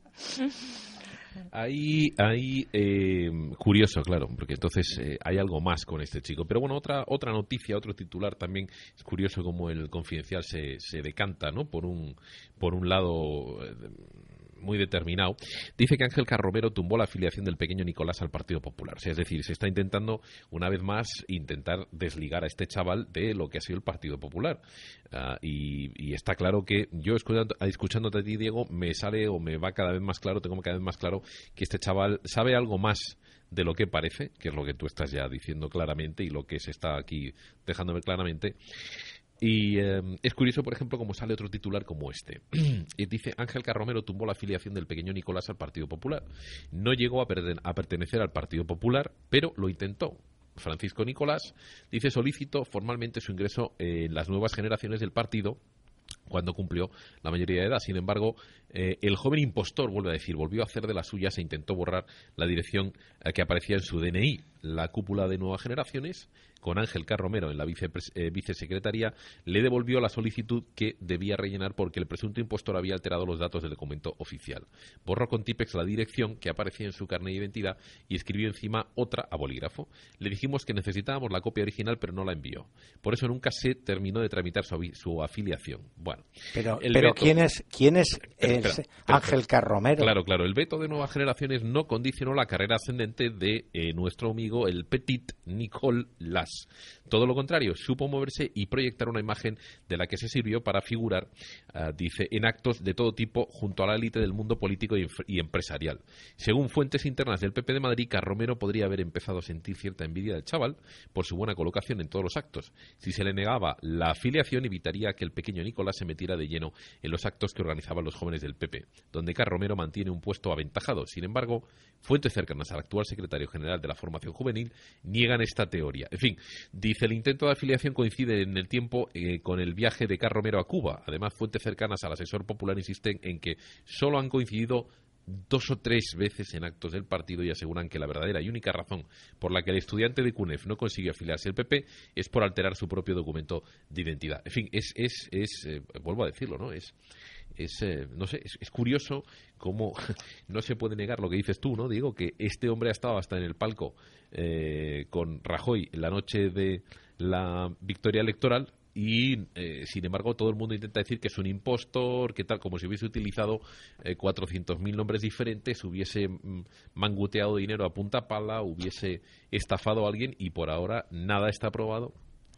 Ahí, ahí eh, curioso, claro, porque entonces eh, hay algo más con este chico. Pero bueno, otra otra noticia, otro titular también es curioso como el Confidencial se, se decanta, ¿no? Por un por un lado eh, muy determinado. Dice que Ángel Carromero tumbó la afiliación del pequeño Nicolás al Partido Popular. O sea, es decir, se está intentando una vez más intentar desligar a este chaval de lo que ha sido el Partido Popular. Uh, y, y está claro que yo escuchando, escuchándote a ti, Diego, me sale o me va cada vez más claro, tengo cada vez más claro que este chaval sabe algo más de lo que parece, que es lo que tú estás ya diciendo claramente y lo que se está aquí dejándome claramente. Y eh, es curioso, por ejemplo, cómo sale otro titular como este. Y dice, Ángel Carromero tumbó la afiliación del pequeño Nicolás al Partido Popular. No llegó a, perden- a pertenecer al Partido Popular, pero lo intentó. Francisco Nicolás dice solicitó formalmente su ingreso en las nuevas generaciones del partido cuando cumplió la mayoría de edad. Sin embargo, Eh, el joven impostor, vuelve a decir, volvió a hacer de las suyas e intentó borrar la dirección eh, que aparecía en su D N I. La cúpula de Nuevas Generaciones, con Ángel Carromero en la vicepres- eh, vicesecretaría, le devolvió la solicitud que debía rellenar porque el presunto impostor había alterado los datos del documento oficial. Borró con Tipex la dirección que aparecía en su carnet de identidad y escribió encima otra a bolígrafo. Le dijimos que necesitábamos la copia original, pero no la envió. Por eso nunca se terminó de tramitar su, avi- su afiliación. Bueno, Pero, el pero veto- ¿quién es, quién es Espera, el espera, Ángel espera. Carromero? Claro, claro. El veto de Nuevas Generaciones no condicionó la carrera ascendente de eh, nuestro amigo el Petit Nicolás. Todo lo contrario, supo moverse y proyectar una imagen de la que se sirvió para figurar, uh, dice, en actos de todo tipo junto a la élite del mundo político y, y empresarial. Según fuentes internas del P P de Madrid, Carromero podría haber empezado a sentir cierta envidia del chaval por su buena colocación en todos los actos. Si se le negaba la afiliación, evitaría que el pequeño Nicolás se metiera de lleno en los actos que organizaban los jóvenes del P P, donde Carromero mantiene un puesto aventajado. Sin embargo, fuentes cercanas al actual secretario general de la formación juvenil niegan esta teoría. En fin, dice, el intento de afiliación coincide en el tiempo eh, con el viaje de Carromero a Cuba. Además, fuentes cercanas al asesor popular insisten en que solo han coincidido dos o tres veces en actos del partido y aseguran que la verdadera y única razón por la que el estudiante de CUNEF no consiguió afiliarse al P P es por alterar su propio documento de identidad. En fin, es, es, es eh, vuelvo a decirlo, ¿no? Es Es, eh, no sé, es, es curioso cómo no se puede negar lo que dices tú, ¿no? Digo que este hombre ha estado hasta en el palco eh, con Rajoy la noche de la victoria electoral y, eh, sin embargo, todo el mundo intenta decir que es un impostor, que tal, como si hubiese utilizado eh, cuatrocientos mil nombres diferentes, hubiese mm, manguteado dinero a punta pala, hubiese estafado a alguien y por ahora nada está aprobado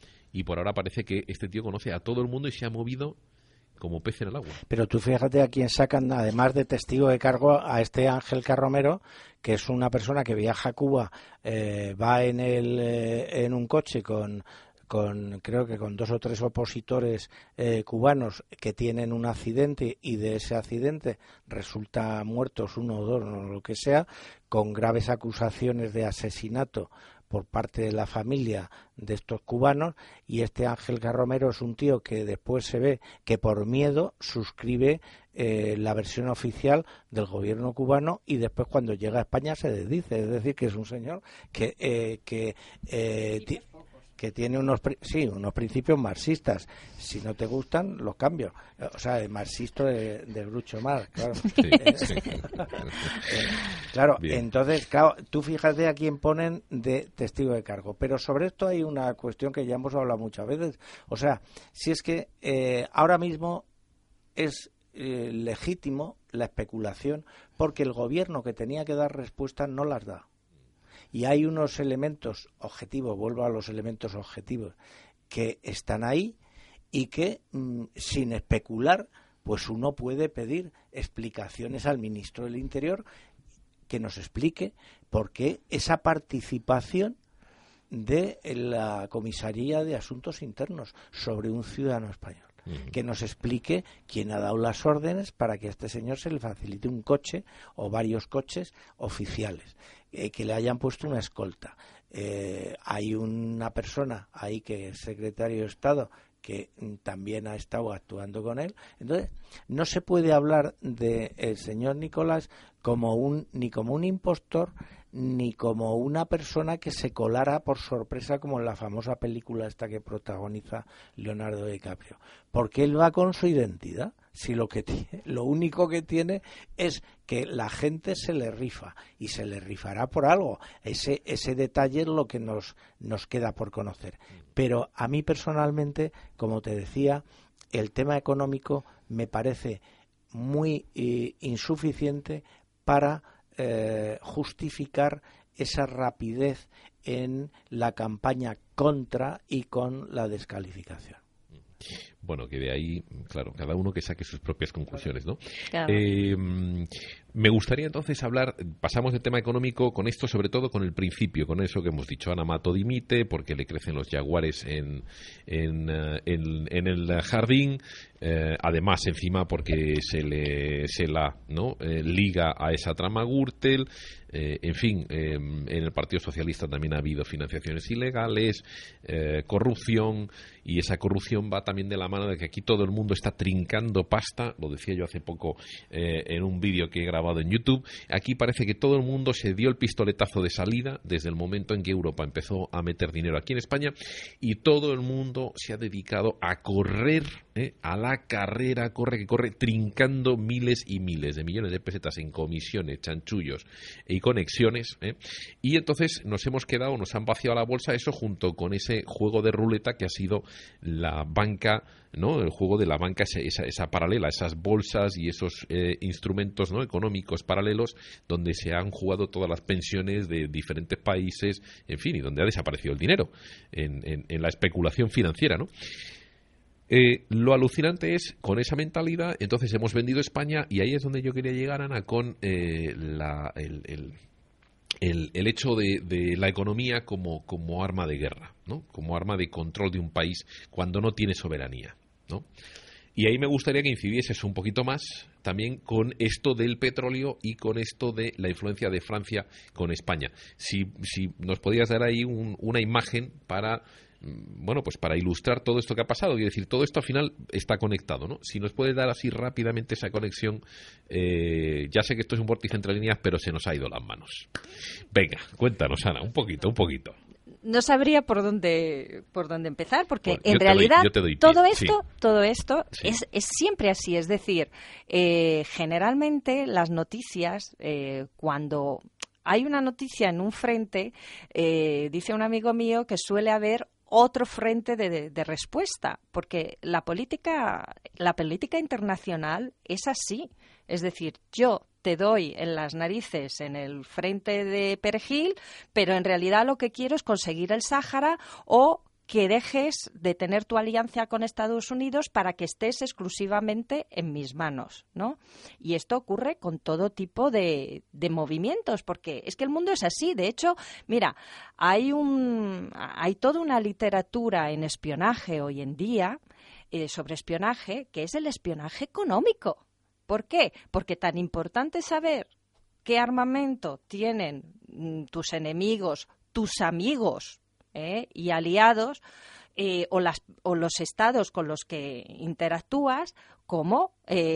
y por ahora parece que este tío conoce a todo el mundo y se ha movido como pez en el agua. Pero tú fíjate a quién sacan, además de testigo de cargo, a este Ángel Carromero, que es una persona que viaja a Cuba, eh, va en el eh, en un coche con, con creo que con dos o tres opositores eh, cubanos que tienen un accidente y de ese accidente resulta muertos uno o dos, o lo que sea, con graves acusaciones de asesinato por parte de la familia de estos cubanos, y este Ángel Carromero es un tío que después se ve que por miedo suscribe eh, la versión oficial del gobierno cubano y después cuando llega a España se desdice, es decir, que es un señor que eh, que eh, ti- que tiene unos sí unos principios marxistas. Si no te gustan, los cambio. O sea, el marxista de, de Groucho Marx, claro. Sí, sí. Claro, Bien. entonces, claro, tú fíjate a quién ponen de testigo de cargo. Pero sobre esto hay una cuestión que ya hemos hablado muchas veces. O sea, si es que eh, ahora mismo es eh, legítimo la especulación porque el gobierno que tenía que dar respuestas no las da. Y hay unos elementos objetivos, vuelvo a los elementos objetivos, que están ahí y que, mmm, sin especular, pues uno puede pedir explicaciones al ministro del Interior que nos explique por qué esa participación de la Comisaría de Asuntos Internos sobre un ciudadano español. Que nos explique quién ha dado las órdenes para que a este señor se le facilite un coche o varios coches oficiales, eh, que le hayan puesto una escolta. Eh, hay una persona ahí que es secretario de Estado que mm, también ha estado actuando con él. Entonces, no se puede hablar del señor Nicolás como un ni como un impostor ni como una persona que se colara por sorpresa como en la famosa película esta que protagoniza Leonardo DiCaprio, porque él va con su identidad. Si lo que tiene, lo único que tiene es que la gente se le rifa y se le rifará por algo. Ese ese detalle es lo que nos nos queda por conocer. Pero a mí personalmente, como te decía, el tema económico me parece muy eh, insuficiente para eh, justificar esa rapidez en la campaña contra y con la descalificación. Bueno, que de ahí, claro, cada uno que saque sus propias conclusiones, ¿no? Claro. Eh, me gustaría entonces hablar, pasamos del tema económico con esto, sobre todo con el principio, con eso que hemos dicho. Ana Mato dimite porque le crecen los jaguares en, en, en, en el jardín, eh, además encima porque se le se la no eh, liga a esa trama Gürtel. Eh, en fin, eh, en el Partido Socialista también ha habido financiaciones ilegales, eh, corrupción, y esa corrupción va también de la mano de que aquí todo el mundo está trincando pasta, lo decía yo hace poco eh, en un vídeo que he grabado en YouTube. Aquí parece que todo el mundo se dio el pistoletazo de salida desde el momento en que Europa empezó a meter dinero aquí en España, y todo el mundo se ha dedicado a correr, eh, a la carrera, corre que corre, trincando miles y miles de millones de pesetas en comisiones, chanchullos y conexiones, eh, y entonces nos hemos quedado, nos han vaciado la bolsa, eso junto con ese juego de ruleta que ha sido la banca, ¿no? El juego de la banca, esa, esa, esa paralela, esas bolsas y esos eh, instrumentos, ¿no?, económicos paralelos donde se han jugado todas las pensiones de diferentes países, en fin, y donde ha desaparecido el dinero en, en, en la especulación financiera, ¿no? Eh, lo alucinante es, con esa mentalidad, entonces hemos vendido España, y ahí es donde yo quería llegar, Ana, con eh, la, el, el El, el hecho de, de la economía como, como arma de guerra, ¿no? Como arma de control de un país cuando no tiene soberanía, ¿no? Y ahí me gustaría que incidieses un poquito más también con esto del petróleo y con esto de la influencia de Francia con España. Si, si nos podías dar ahí un, una imagen para, bueno, pues para ilustrar todo esto que ha pasado. Quiero decir, todo esto al final está conectado, ¿no? Si nos puedes dar así rápidamente esa conexión, eh, ya sé que esto es un vórtice entre líneas, pero se nos ha ido las manos. Venga, cuéntanos, Ana, un poquito, un poquito. No sabría por dónde por dónde empezar, porque bueno, en realidad doy, todo pie. esto sí. todo esto sí. es, es siempre así. Es decir, eh, generalmente las noticias, eh, cuando hay una noticia en un frente, eh, dice un amigo mío que suele haber otro frente de, de, de respuesta, porque la política la política internacional es así. Es decir, yo te doy en las narices en el frente de Perejil, pero en realidad lo que quiero es conseguir el Sáhara, o que dejes de tener tu alianza con Estados Unidos para que estés exclusivamente en mis manos, ¿no? Y esto ocurre con todo tipo de, de movimientos, porque es que el mundo es así. De hecho, mira, hay un hay toda una literatura en espionaje hoy en día, eh, sobre espionaje, que es el espionaje económico. ¿Por qué? Porque tan importante es saber qué armamento tienen mm, tus enemigos, tus amigos, ¿eh? y aliados, eh, o, las, o los estados con los que interactúas, como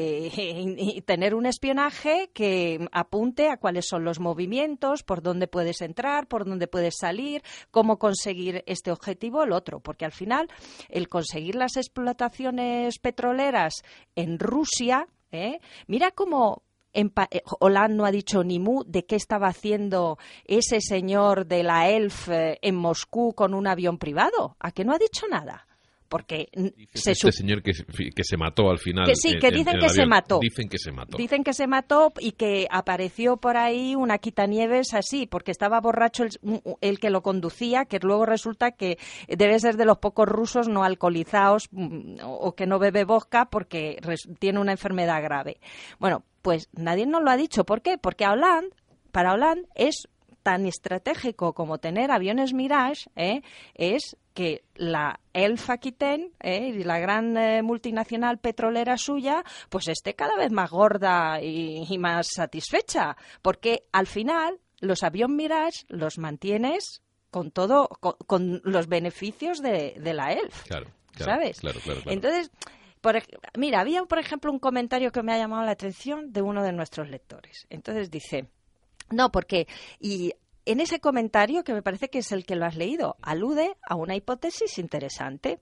eh, tener un espionaje que apunte a cuáles son los movimientos, por dónde puedes entrar, por dónde puedes salir, cómo conseguir este objetivo o el otro. Porque al final, el conseguir las explotaciones petroleras en Rusia, ¿eh? mira cómo Hollande no ha dicho ni mu de qué estaba haciendo ese señor de la E L F en Moscú con un avión privado. ¿A qué no ha dicho nada? Porque se este señor que, que se mató al final. Que sí, que en, dicen en que avión. se mató. Dicen que se mató. Dicen que se mató y que apareció por ahí una quitanieves así, porque estaba borracho el, el que lo conducía, que luego resulta que debe ser de los pocos rusos no alcoholizados o que no bebe vodka porque tiene una enfermedad grave. Bueno, pues nadie nos lo ha dicho. ¿Por qué? Porque a Hollande, para Hollande es tan estratégico como tener aviones Mirage, ¿eh? es que la E L F Aquitaine, ¿eh? y la gran eh, multinacional petrolera suya, pues esté cada vez más gorda y, y más satisfecha, porque al final los aviones Mirage los mantienes con todo, con, con los beneficios de, de la E L F, claro, claro, ¿sabes? Claro, claro, claro. Entonces, por, mira, había por ejemplo un comentario que me ha llamado la atención de uno de nuestros lectores. Entonces dice, no, porque y en ese comentario, que me parece que es el que lo has leído, alude a una hipótesis interesante.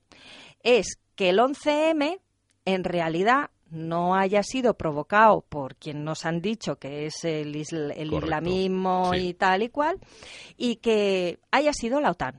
Es que el once eme en realidad no haya sido provocado por quien nos han dicho que es el, isl- el islamismo sí. y tal y cual, y que haya sido la OTAN.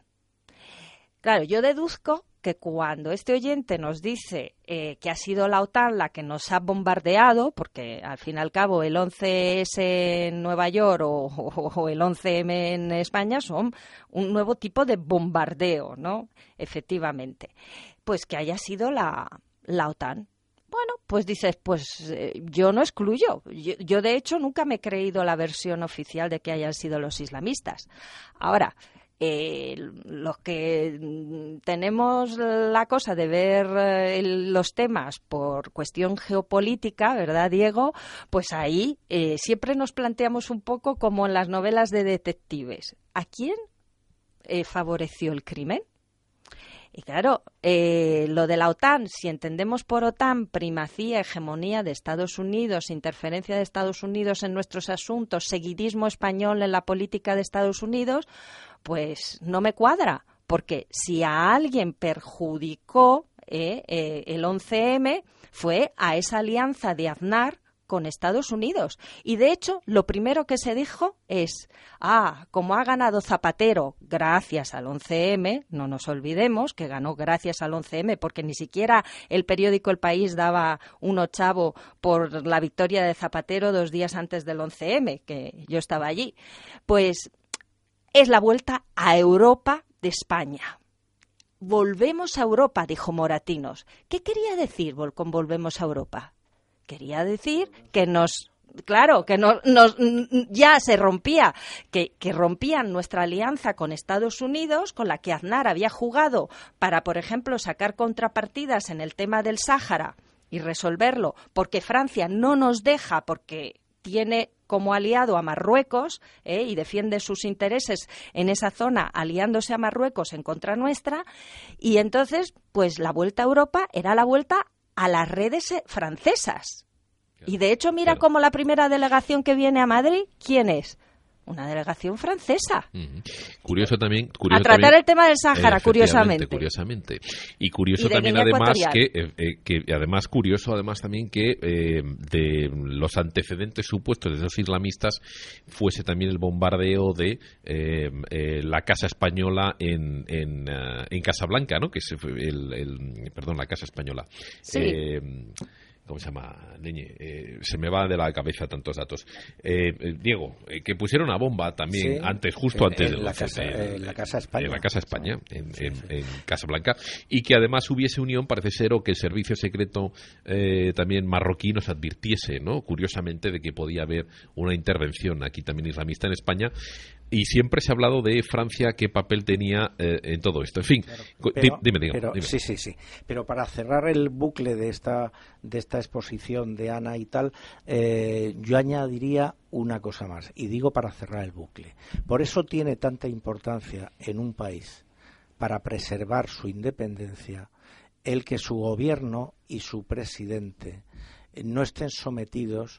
Claro, yo deduzco que cuando este oyente nos dice eh, que ha sido la OTAN la que nos ha bombardeado, porque al fin y al cabo el once ese en Nueva York o, o, o el once eme en España son un nuevo tipo de bombardeo, ¿no? Efectivamente. Pues que haya sido la, la OTAN. Bueno, pues dices, pues eh, yo no excluyo. Yo, yo, de hecho, nunca me he creído la versión oficial de que hayan sido los islamistas. Ahora, Eh, los que tenemos la cosa de ver eh, los temas por cuestión geopolítica, ¿verdad, Diego? Pues ahí eh, siempre nos planteamos un poco como en las novelas de detectives. ¿A quién eh, favoreció el crimen? Y claro, eh, lo de la OTAN, si entendemos por OTAN primacía, hegemonía de Estados Unidos, interferencia de Estados Unidos en nuestros asuntos, seguidismo español en la política de Estados Unidos, pues no me cuadra, porque si a alguien perjudicó eh, eh, el once eme fue a esa alianza de Aznar con Estados Unidos. Y de hecho, lo primero que se dijo es, ah, como ha ganado Zapatero gracias al once eme, no nos olvidemos que ganó gracias al once eme, porque ni siquiera el periódico El País daba un ochavo por la victoria de Zapatero dos días antes del once eme, que yo estaba allí. Pues es la vuelta a Europa de España. Volvemos a Europa, dijo Moratinos. ¿Qué quería decir con volvemos a Europa? Quería decir que nos, claro, que no, nos, ya se rompía, que, que rompían nuestra alianza con Estados Unidos, con la que Aznar había jugado para, por ejemplo, sacar contrapartidas en el tema del Sáhara y resolverlo, porque Francia no nos deja, porque tiene como aliado a Marruecos ¿eh? y defiende sus intereses en esa zona aliándose a Marruecos en contra nuestra, y entonces, pues la vuelta a Europa era la vuelta a las redes francesas. Claro, y de hecho, mira claro. cómo la primera delegación que viene a Madrid, ¿quién es? Una delegación francesa. Uh-huh. Curioso también... Curioso a tratar también, el tema del Sáhara, curiosamente. Curiosamente. Y curioso y también, además, que, eh, eh, que... Además, curioso, además, también que eh, de los antecedentes supuestos de esos islamistas fuese también el bombardeo de eh, eh, la Casa Española en, en, uh, en Casablanca, ¿no? Que es el, el... Perdón, la Casa Española. Sí. Eh, ¿Cómo se llama? Leñe, eh, se me va de la cabeza tantos datos. Eh, eh, Diego, eh, que pusieron una bomba también sí, antes, justo en, antes en de la casa, eh, en la Casa España. En la Casa España, sí, en, sí, en, sí. en Casablanca, y que además hubiese unión, parece ser, o que el servicio secreto eh, también marroquí nos advirtiese, ¿no? Curiosamente, de que podía haber una intervención aquí también islamista en España. Y siempre se ha hablado de Francia, qué papel tenía eh, en todo esto. En fin, claro, pero, dime, dime, pero, dime. Sí, sí, sí. Pero para cerrar el bucle de esta de esta exposición de Ana y tal, eh, yo añadiría una cosa más. Y digo para cerrar el bucle. Por eso tiene tanta importancia en un país, para preservar su independencia, el que su gobierno y su presidente no estén sometidos,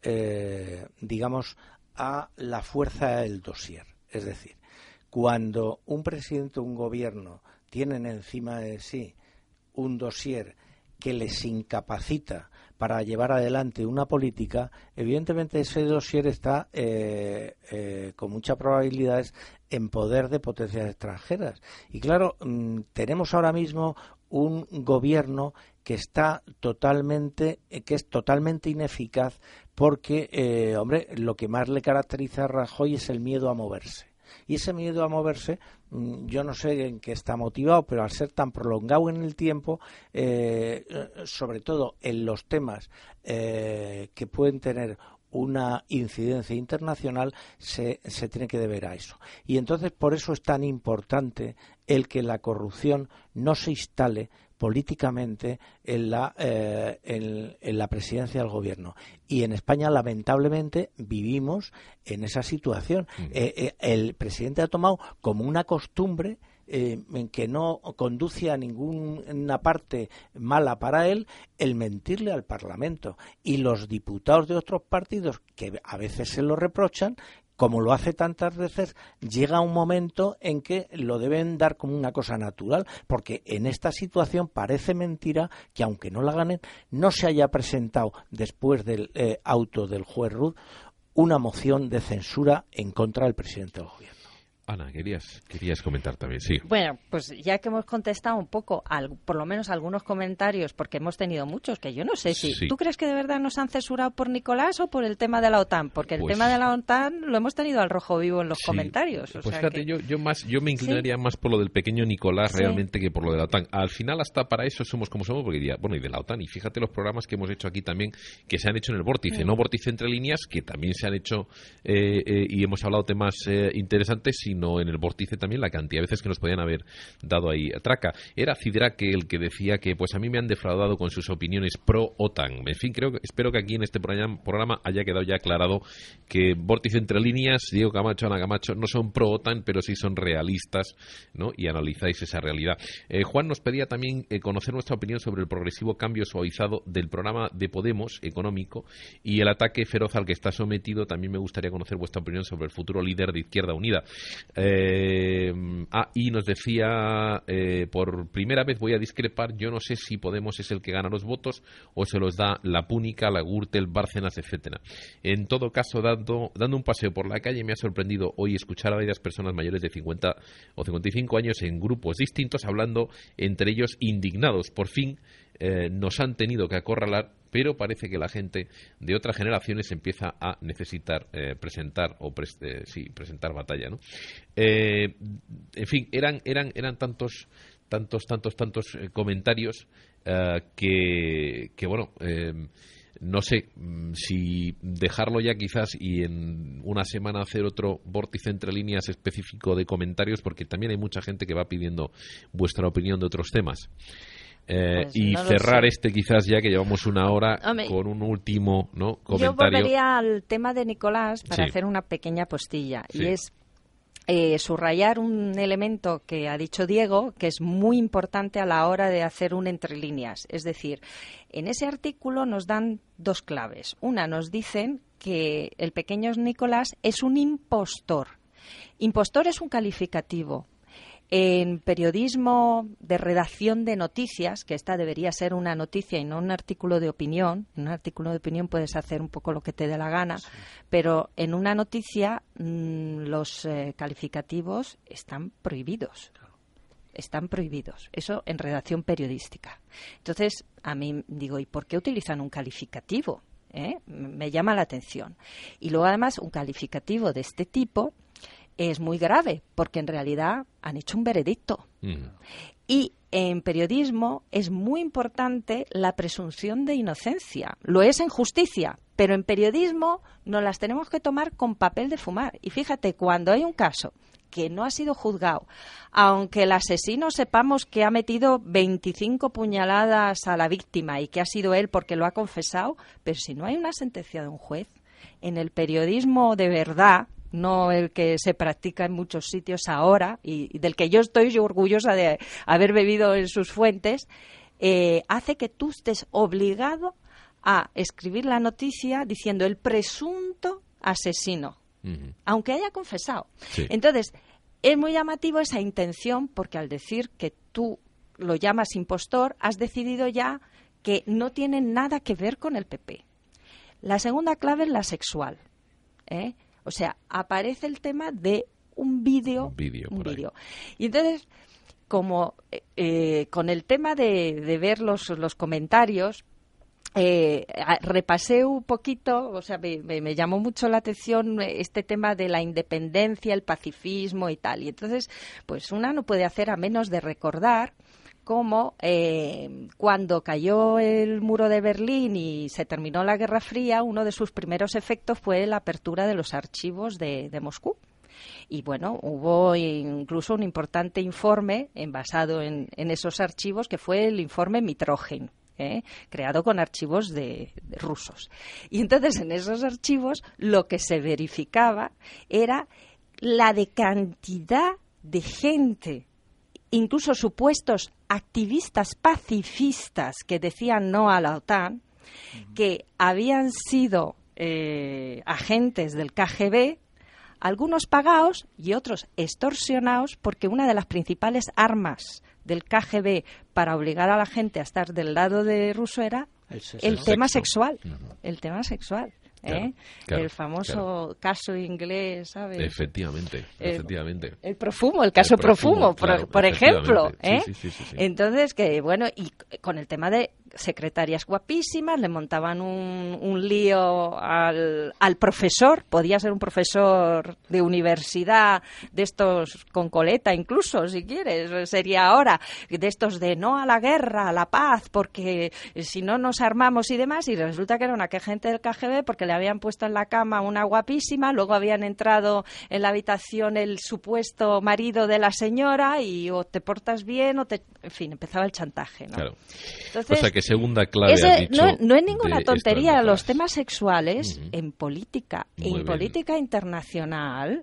eh, digamos, a la fuerza del dossier. Es decir, cuando un presidente o un gobierno tienen encima de sí un dossier que les incapacita para llevar adelante una política, evidentemente ese dossier está eh, eh, con muchas probabilidades en poder de potencias extranjeras. Y claro, mmm, tenemos ahora mismo un gobierno que está totalmente, que es totalmente ineficaz porque, eh, hombre, lo que más le caracteriza a Rajoy es el miedo a moverse. Y ese miedo a moverse, yo no sé en qué está motivado, pero al ser tan prolongado en el tiempo, eh, sobre todo en los temas eh, que pueden tener una incidencia internacional, se, se tiene que deber a eso. Y entonces por eso es tan importante el que la corrupción no se instale políticamente en la, eh, en, en la presidencia del gobierno. Y en España, lamentablemente, vivimos en esa situación. Mm. Eh, eh, el presidente ha tomado como una costumbre eh, en que no conduce a ninguna parte mala para él el mentirle al Parlamento. Y los diputados de otros partidos, que a veces se lo reprochan, como lo hace tantas veces, llega un momento en que lo deben dar como una cosa natural, porque en esta situación parece mentira que, aunque no la ganen, no se haya presentado, después del eh, auto del juez Rudd, una moción de censura en contra del presidente del gobierno. Ana, querías, querías comentar también, sí. Bueno, pues ya que hemos contestado un poco, al, por lo menos algunos comentarios, porque hemos tenido muchos, que yo no sé si... Sí. ¿Tú crees que de verdad nos han censurado por Nicolás o por el tema de la OTAN? Porque el pues, tema de la OTAN lo hemos tenido al rojo vivo en los sí. comentarios. O pues sea fíjate, que... yo, yo, más, yo me inclinaría ¿Sí? más por lo del pequeño Nicolás ¿Sí? realmente que por lo de la OTAN. Al final, hasta para eso somos como somos, porque diría, bueno, y de la OTAN, y fíjate los programas que hemos hecho aquí también, que se han hecho en el vórtice, sí. no vórtice entre líneas, que también se han hecho eh, eh, y hemos hablado temas eh, interesantes, sino sino en el vórtice también la cantidad de veces que nos podían haber dado ahí traca. Era Cidraque el que decía que pues a mí me han defraudado con sus opiniones pro-OTAN. En fin, creo que, espero que aquí en este programa haya quedado ya aclarado que vórtice entre líneas, Diego Camacho, Ana Camacho, no son pro-OTAN, pero sí son realistas, ¿no? Y analizáis esa realidad. Eh, Juan nos pedía también eh, conocer nuestra opinión sobre el progresivo cambio suavizado del programa de Podemos económico y el ataque feroz al que está sometido. También me gustaría conocer vuestra opinión sobre el futuro líder de Izquierda Unida. Eh, ah, y nos decía, eh, por primera vez voy a discrepar, yo no sé si Podemos es el que gana los votos o se los da la Púnica, la Gürtel, Bárcenas, etcétera. En todo caso, dando, dando un paseo por la calle, me ha sorprendido hoy escuchar a varias personas mayores de cincuenta o cincuenta y cinco años en grupos distintos hablando entre ellos indignados. Por fin eh, nos han tenido que acorralar, pero parece que la gente de otras generaciones empieza a necesitar eh, presentar o pres eh, sí, presentar batalla, ¿no? Eh, en fin, eran eran eran tantos tantos tantos tantos eh, comentarios eh, que que bueno, eh, no sé si dejarlo ya quizás y en una semana hacer otro vórtice entre líneas específico de comentarios, porque también hay mucha gente que va pidiendo vuestra opinión de otros temas. Eh, pues y no cerrar este quizás ya que llevamos una hora Hombre, con un último ¿no? comentario. Yo volvería al tema de Nicolás para sí. hacer una pequeña postilla sí. y es eh, subrayar un elemento que ha dicho Diego que es muy importante a la hora de hacer un entre líneas. Es decir, en ese artículo nos dan dos claves. Una, nos dicen que el pequeño Nicolás es un impostor. Impostor es un calificativo. En periodismo de redacción de noticias, que esta debería ser una noticia y no un artículo de opinión, en un artículo de opinión puedes hacer un poco lo que te dé la gana, sí. pero en una noticia mmm, los eh, calificativos están prohibidos. Están prohibidos. Eso en redacción periodística. Entonces, a mí digo, ¿y por qué utilizan un calificativo? ¿Eh? Me llama la atención. Y luego, además, un calificativo de este tipo es muy grave, porque en realidad han hecho un veredicto. Mm. Y en periodismo es muy importante la presunción de inocencia. Lo es en justicia, pero en periodismo nos las tenemos que tomar con papel de fumar. Y fíjate, cuando hay un caso que no ha sido juzgado, aunque el asesino sepamos que ha metido veinticinco puñaladas a la víctima y que ha sido él porque lo ha confesado, pero si no hay una sentencia de un juez, en el periodismo de verdad, no el que se practica en muchos sitios ahora y, y del que yo estoy orgullosa de haber bebido en sus fuentes, eh, hace que tú estés obligado a escribir la noticia diciendo el presunto asesino, uh-huh. aunque haya confesado. Sí. Entonces, es muy llamativo esa intención, porque al decir que tú lo llamas impostor, has decidido ya que no tiene nada que ver con el P P. La segunda clave es la sexual, ¿eh? O sea, aparece el tema de un vídeo. Un vídeo, un vídeo. Y entonces, como eh, con el tema de, de ver los, los comentarios, eh, repasé un poquito, o sea, me, me, me llamó mucho la atención este tema de la independencia, el pacifismo y tal. Y entonces, pues una no puede hacer a menos de recordar cómo eh, cuando cayó el muro de Berlín y se terminó la Guerra Fría, uno de sus primeros efectos fue la apertura de los archivos de, de Moscú. Y bueno, hubo incluso un importante informe en, basado en, en esos archivos, que fue el informe Mitrogen, ¿eh? creado con archivos de, de rusos. Y entonces en esos archivos lo que se verificaba era la de cantidad de gente, incluso supuestos activistas pacifistas que decían no a la OTAN, uh-huh. que habían sido eh, agentes del K G B, algunos pagados y otros extorsionados, porque una de las principales armas del K G B para obligar a la gente a estar del lado de ruso era el, el tema sexual, uh-huh. el tema sexual. Claro, ¿Eh? claro, el famoso claro. caso inglés, ¿sabes? Efectivamente, el, efectivamente. El profumo, el caso el profumo, profumo, por, claro, por ejemplo. ¿eh? Sí, sí, sí, sí, sí. Entonces, que bueno, y con el tema de secretarias guapísimas, le montaban un, un lío al, al profesor, podía ser un profesor de universidad, de estos con coleta incluso, si quieres, sería ahora, de estos de no a la guerra, a la paz, porque si no nos armamos y demás, y resulta que era una gente del K G B porque le habían puesto en la cama una guapísima, luego habían entrado en la habitación el supuesto marido de la señora y o te portas bien o te... En fin, empezaba el chantaje, ¿no? Claro. Entonces, o sea, que segunda clave ese, has dicho no, no es ninguna tontería. Los temas sexuales uh-huh. en política, Muy en bien. política internacional,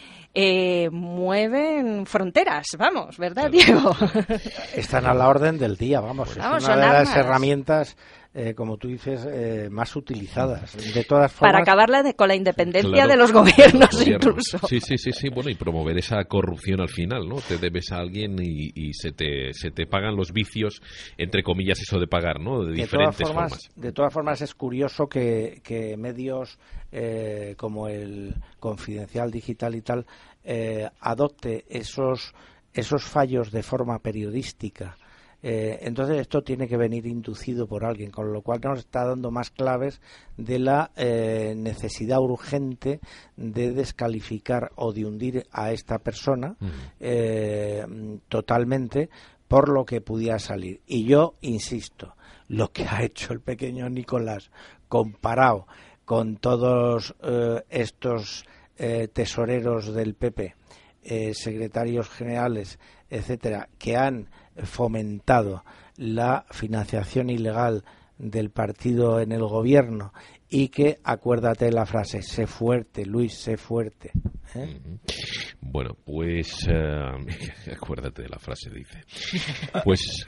eh, mueven fronteras, vamos, ¿verdad, claro. Diego? Están a la orden del día, vamos. vamos es una de armas. las herramientas, eh, como tú dices, eh, más utilizadas. De todas formas, para acabar de, con la independencia claro, de los gobiernos, los gobiernos. incluso. Sí, sí, sí, sí, bueno, y promover esa corrupción al final, ¿no? Te debes a alguien y, y se te se te pagan los vicios, entre comillas, eso de pagar, ¿no? De, de diferentes todas formas, formas. De todas formas, es curioso que, que medios eh, como el Confidencial Digital y tal eh, adopte esos esos fallos de forma periodística. Eh, entonces esto tiene que venir inducido por alguien, con lo cual nos está dando más claves de la eh, necesidad urgente de descalificar o de hundir a esta persona uh-huh. eh, totalmente por lo que pudiera salir. Y yo insisto, lo que ha hecho el pequeño Nicolás comparado con todos eh, estos eh, tesoreros del P P, eh, secretarios generales, etcétera, que han fomentado la financiación ilegal del partido en el gobierno y que, acuérdate la frase, sé fuerte, Luis, sé fuerte. ¿eh? Bueno, pues uh, acuérdate de la frase, dice. Pues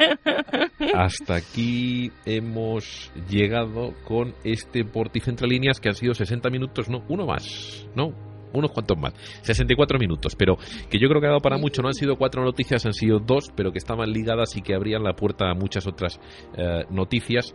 hasta aquí hemos llegado con este Vórtice Entre Líneas, que han sido sesenta minutos, no, uno más, no, unos cuantos más, sesenta y cuatro minutos, pero que yo creo que ha dado para mucho. No han sido cuatro noticias, han sido dos, pero que estaban ligadas y que abrían la puerta a muchas otras eh, noticias.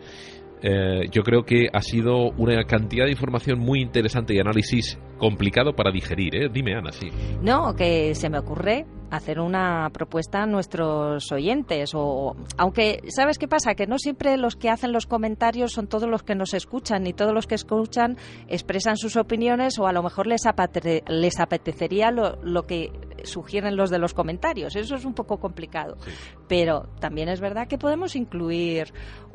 Eh, yo creo que ha sido una cantidad de información muy interesante y análisis complicado para digerir, ¿eh? Dime, Ana, sí. No, que se me ocurre hacer una propuesta a nuestros oyentes, o aunque, ¿sabes qué pasa? Que no siempre los que hacen los comentarios son todos los que nos escuchan, ni todos los que escuchan expresan sus opiniones, o a lo mejor les, apate- les apetecería lo, lo que sugieren los de los comentarios. Eso es un poco complicado. Sí. Pero también es verdad que podemos incluir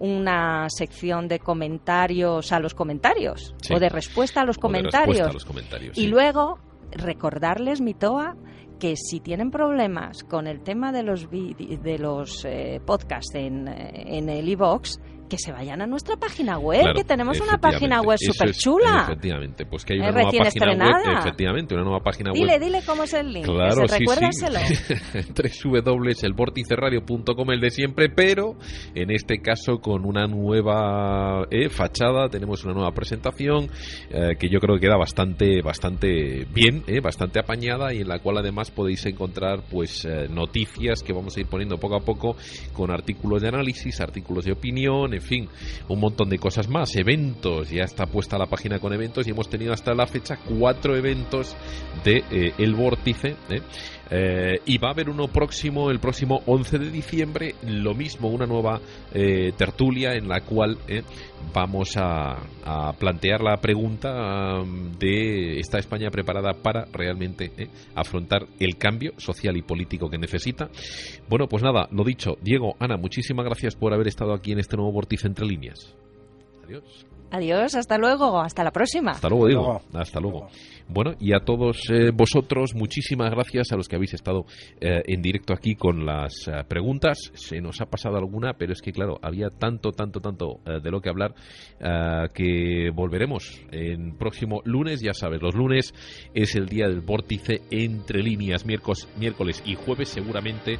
una sección de comentarios a los comentarios, sí. o de respuesta a los o comentarios. De respuesta a los comentarios, y sí. luego recordarles, Mitoa, que si tienen problemas con el tema de los vide- de los eh, podcasts en, en el iVoox, que se vayan a nuestra página web, claro, que tenemos una página web súper chula. Efectivamente, pues que hay una es nueva recién página estrenada. web, efectivamente, una nueva página dile, web. Dile, dile cómo es el link, claro, que se, sí, recuérdaselo. Sí. doble u doble u doble u punto el vórtice radio punto com, el de siempre, pero en este caso con una nueva eh, fachada, tenemos una nueva presentación eh, que yo creo que queda bastante bastante bien, eh, bastante apañada, y en la cual además podéis encontrar pues eh, noticias que vamos a ir poniendo poco a poco, con artículos de análisis, artículos de opinión, en fin, un montón de cosas más, eventos. Ya está puesta la página con eventos y hemos tenido hasta la fecha cuatro eventos de eh, El Vórtice, ¿eh? Eh, y va a haber uno próximo, el próximo once de diciembre, lo mismo, una nueva eh, tertulia en la cual eh, vamos a, a plantear la pregunta um, de ¿está España preparada para realmente eh, afrontar el cambio social y político que necesita? Bueno, pues nada, lo dicho, Diego, Ana, muchísimas gracias por haber estado aquí en este nuevo Vórtice Entre Líneas. Adiós. Adiós, hasta luego, hasta la próxima. Hasta luego, Diego. Hasta luego. Bueno, y a todos eh, vosotros, muchísimas gracias a los que habéis estado eh, en directo aquí con las eh, preguntas. Se nos ha pasado alguna, pero es que, claro, había tanto, tanto, tanto eh, de lo que hablar eh, que volveremos en próximo lunes. Ya sabes, los lunes es el día del Vórtice Entre Líneas. Miércoles, miércoles y jueves seguramente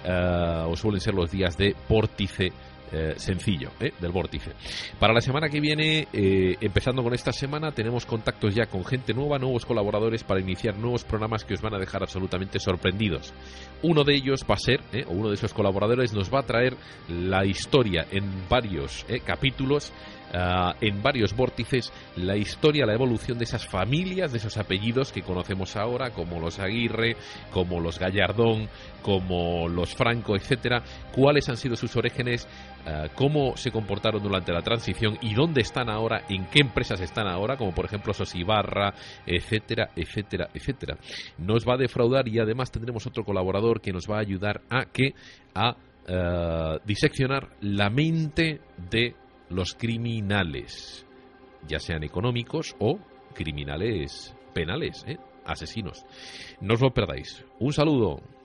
eh, o suelen ser los días de Vórtice Eh, sencillo, ¿eh? del Vórtice. Para la semana que viene, eh, empezando con esta semana, tenemos contactos ya con gente nueva, nuevos colaboradores para iniciar nuevos programas que os van a dejar absolutamente sorprendidos. Uno de ellos va a ser, ¿eh? o uno de esos colaboradores nos va a traer la historia en varios ¿eh? capítulos uh, en varios vórtices la historia, la evolución de esas familias, de esos apellidos que conocemos ahora, como los Aguirre, como los Gallardón, como los Franco, etcétera, cuáles han sido sus orígenes, uh, cómo se comportaron durante la transición y dónde están ahora, en qué empresas están ahora, como por ejemplo Sosibarra, etcétera, etcétera, etcétera. Nos va a defraudar y además tendremos otro colaborador que nos va a ayudar a que a uh, diseccionar la mente de los criminales, ya sean económicos o criminales penales, ¿eh? Asesinos. No os lo perdáis. Un saludo.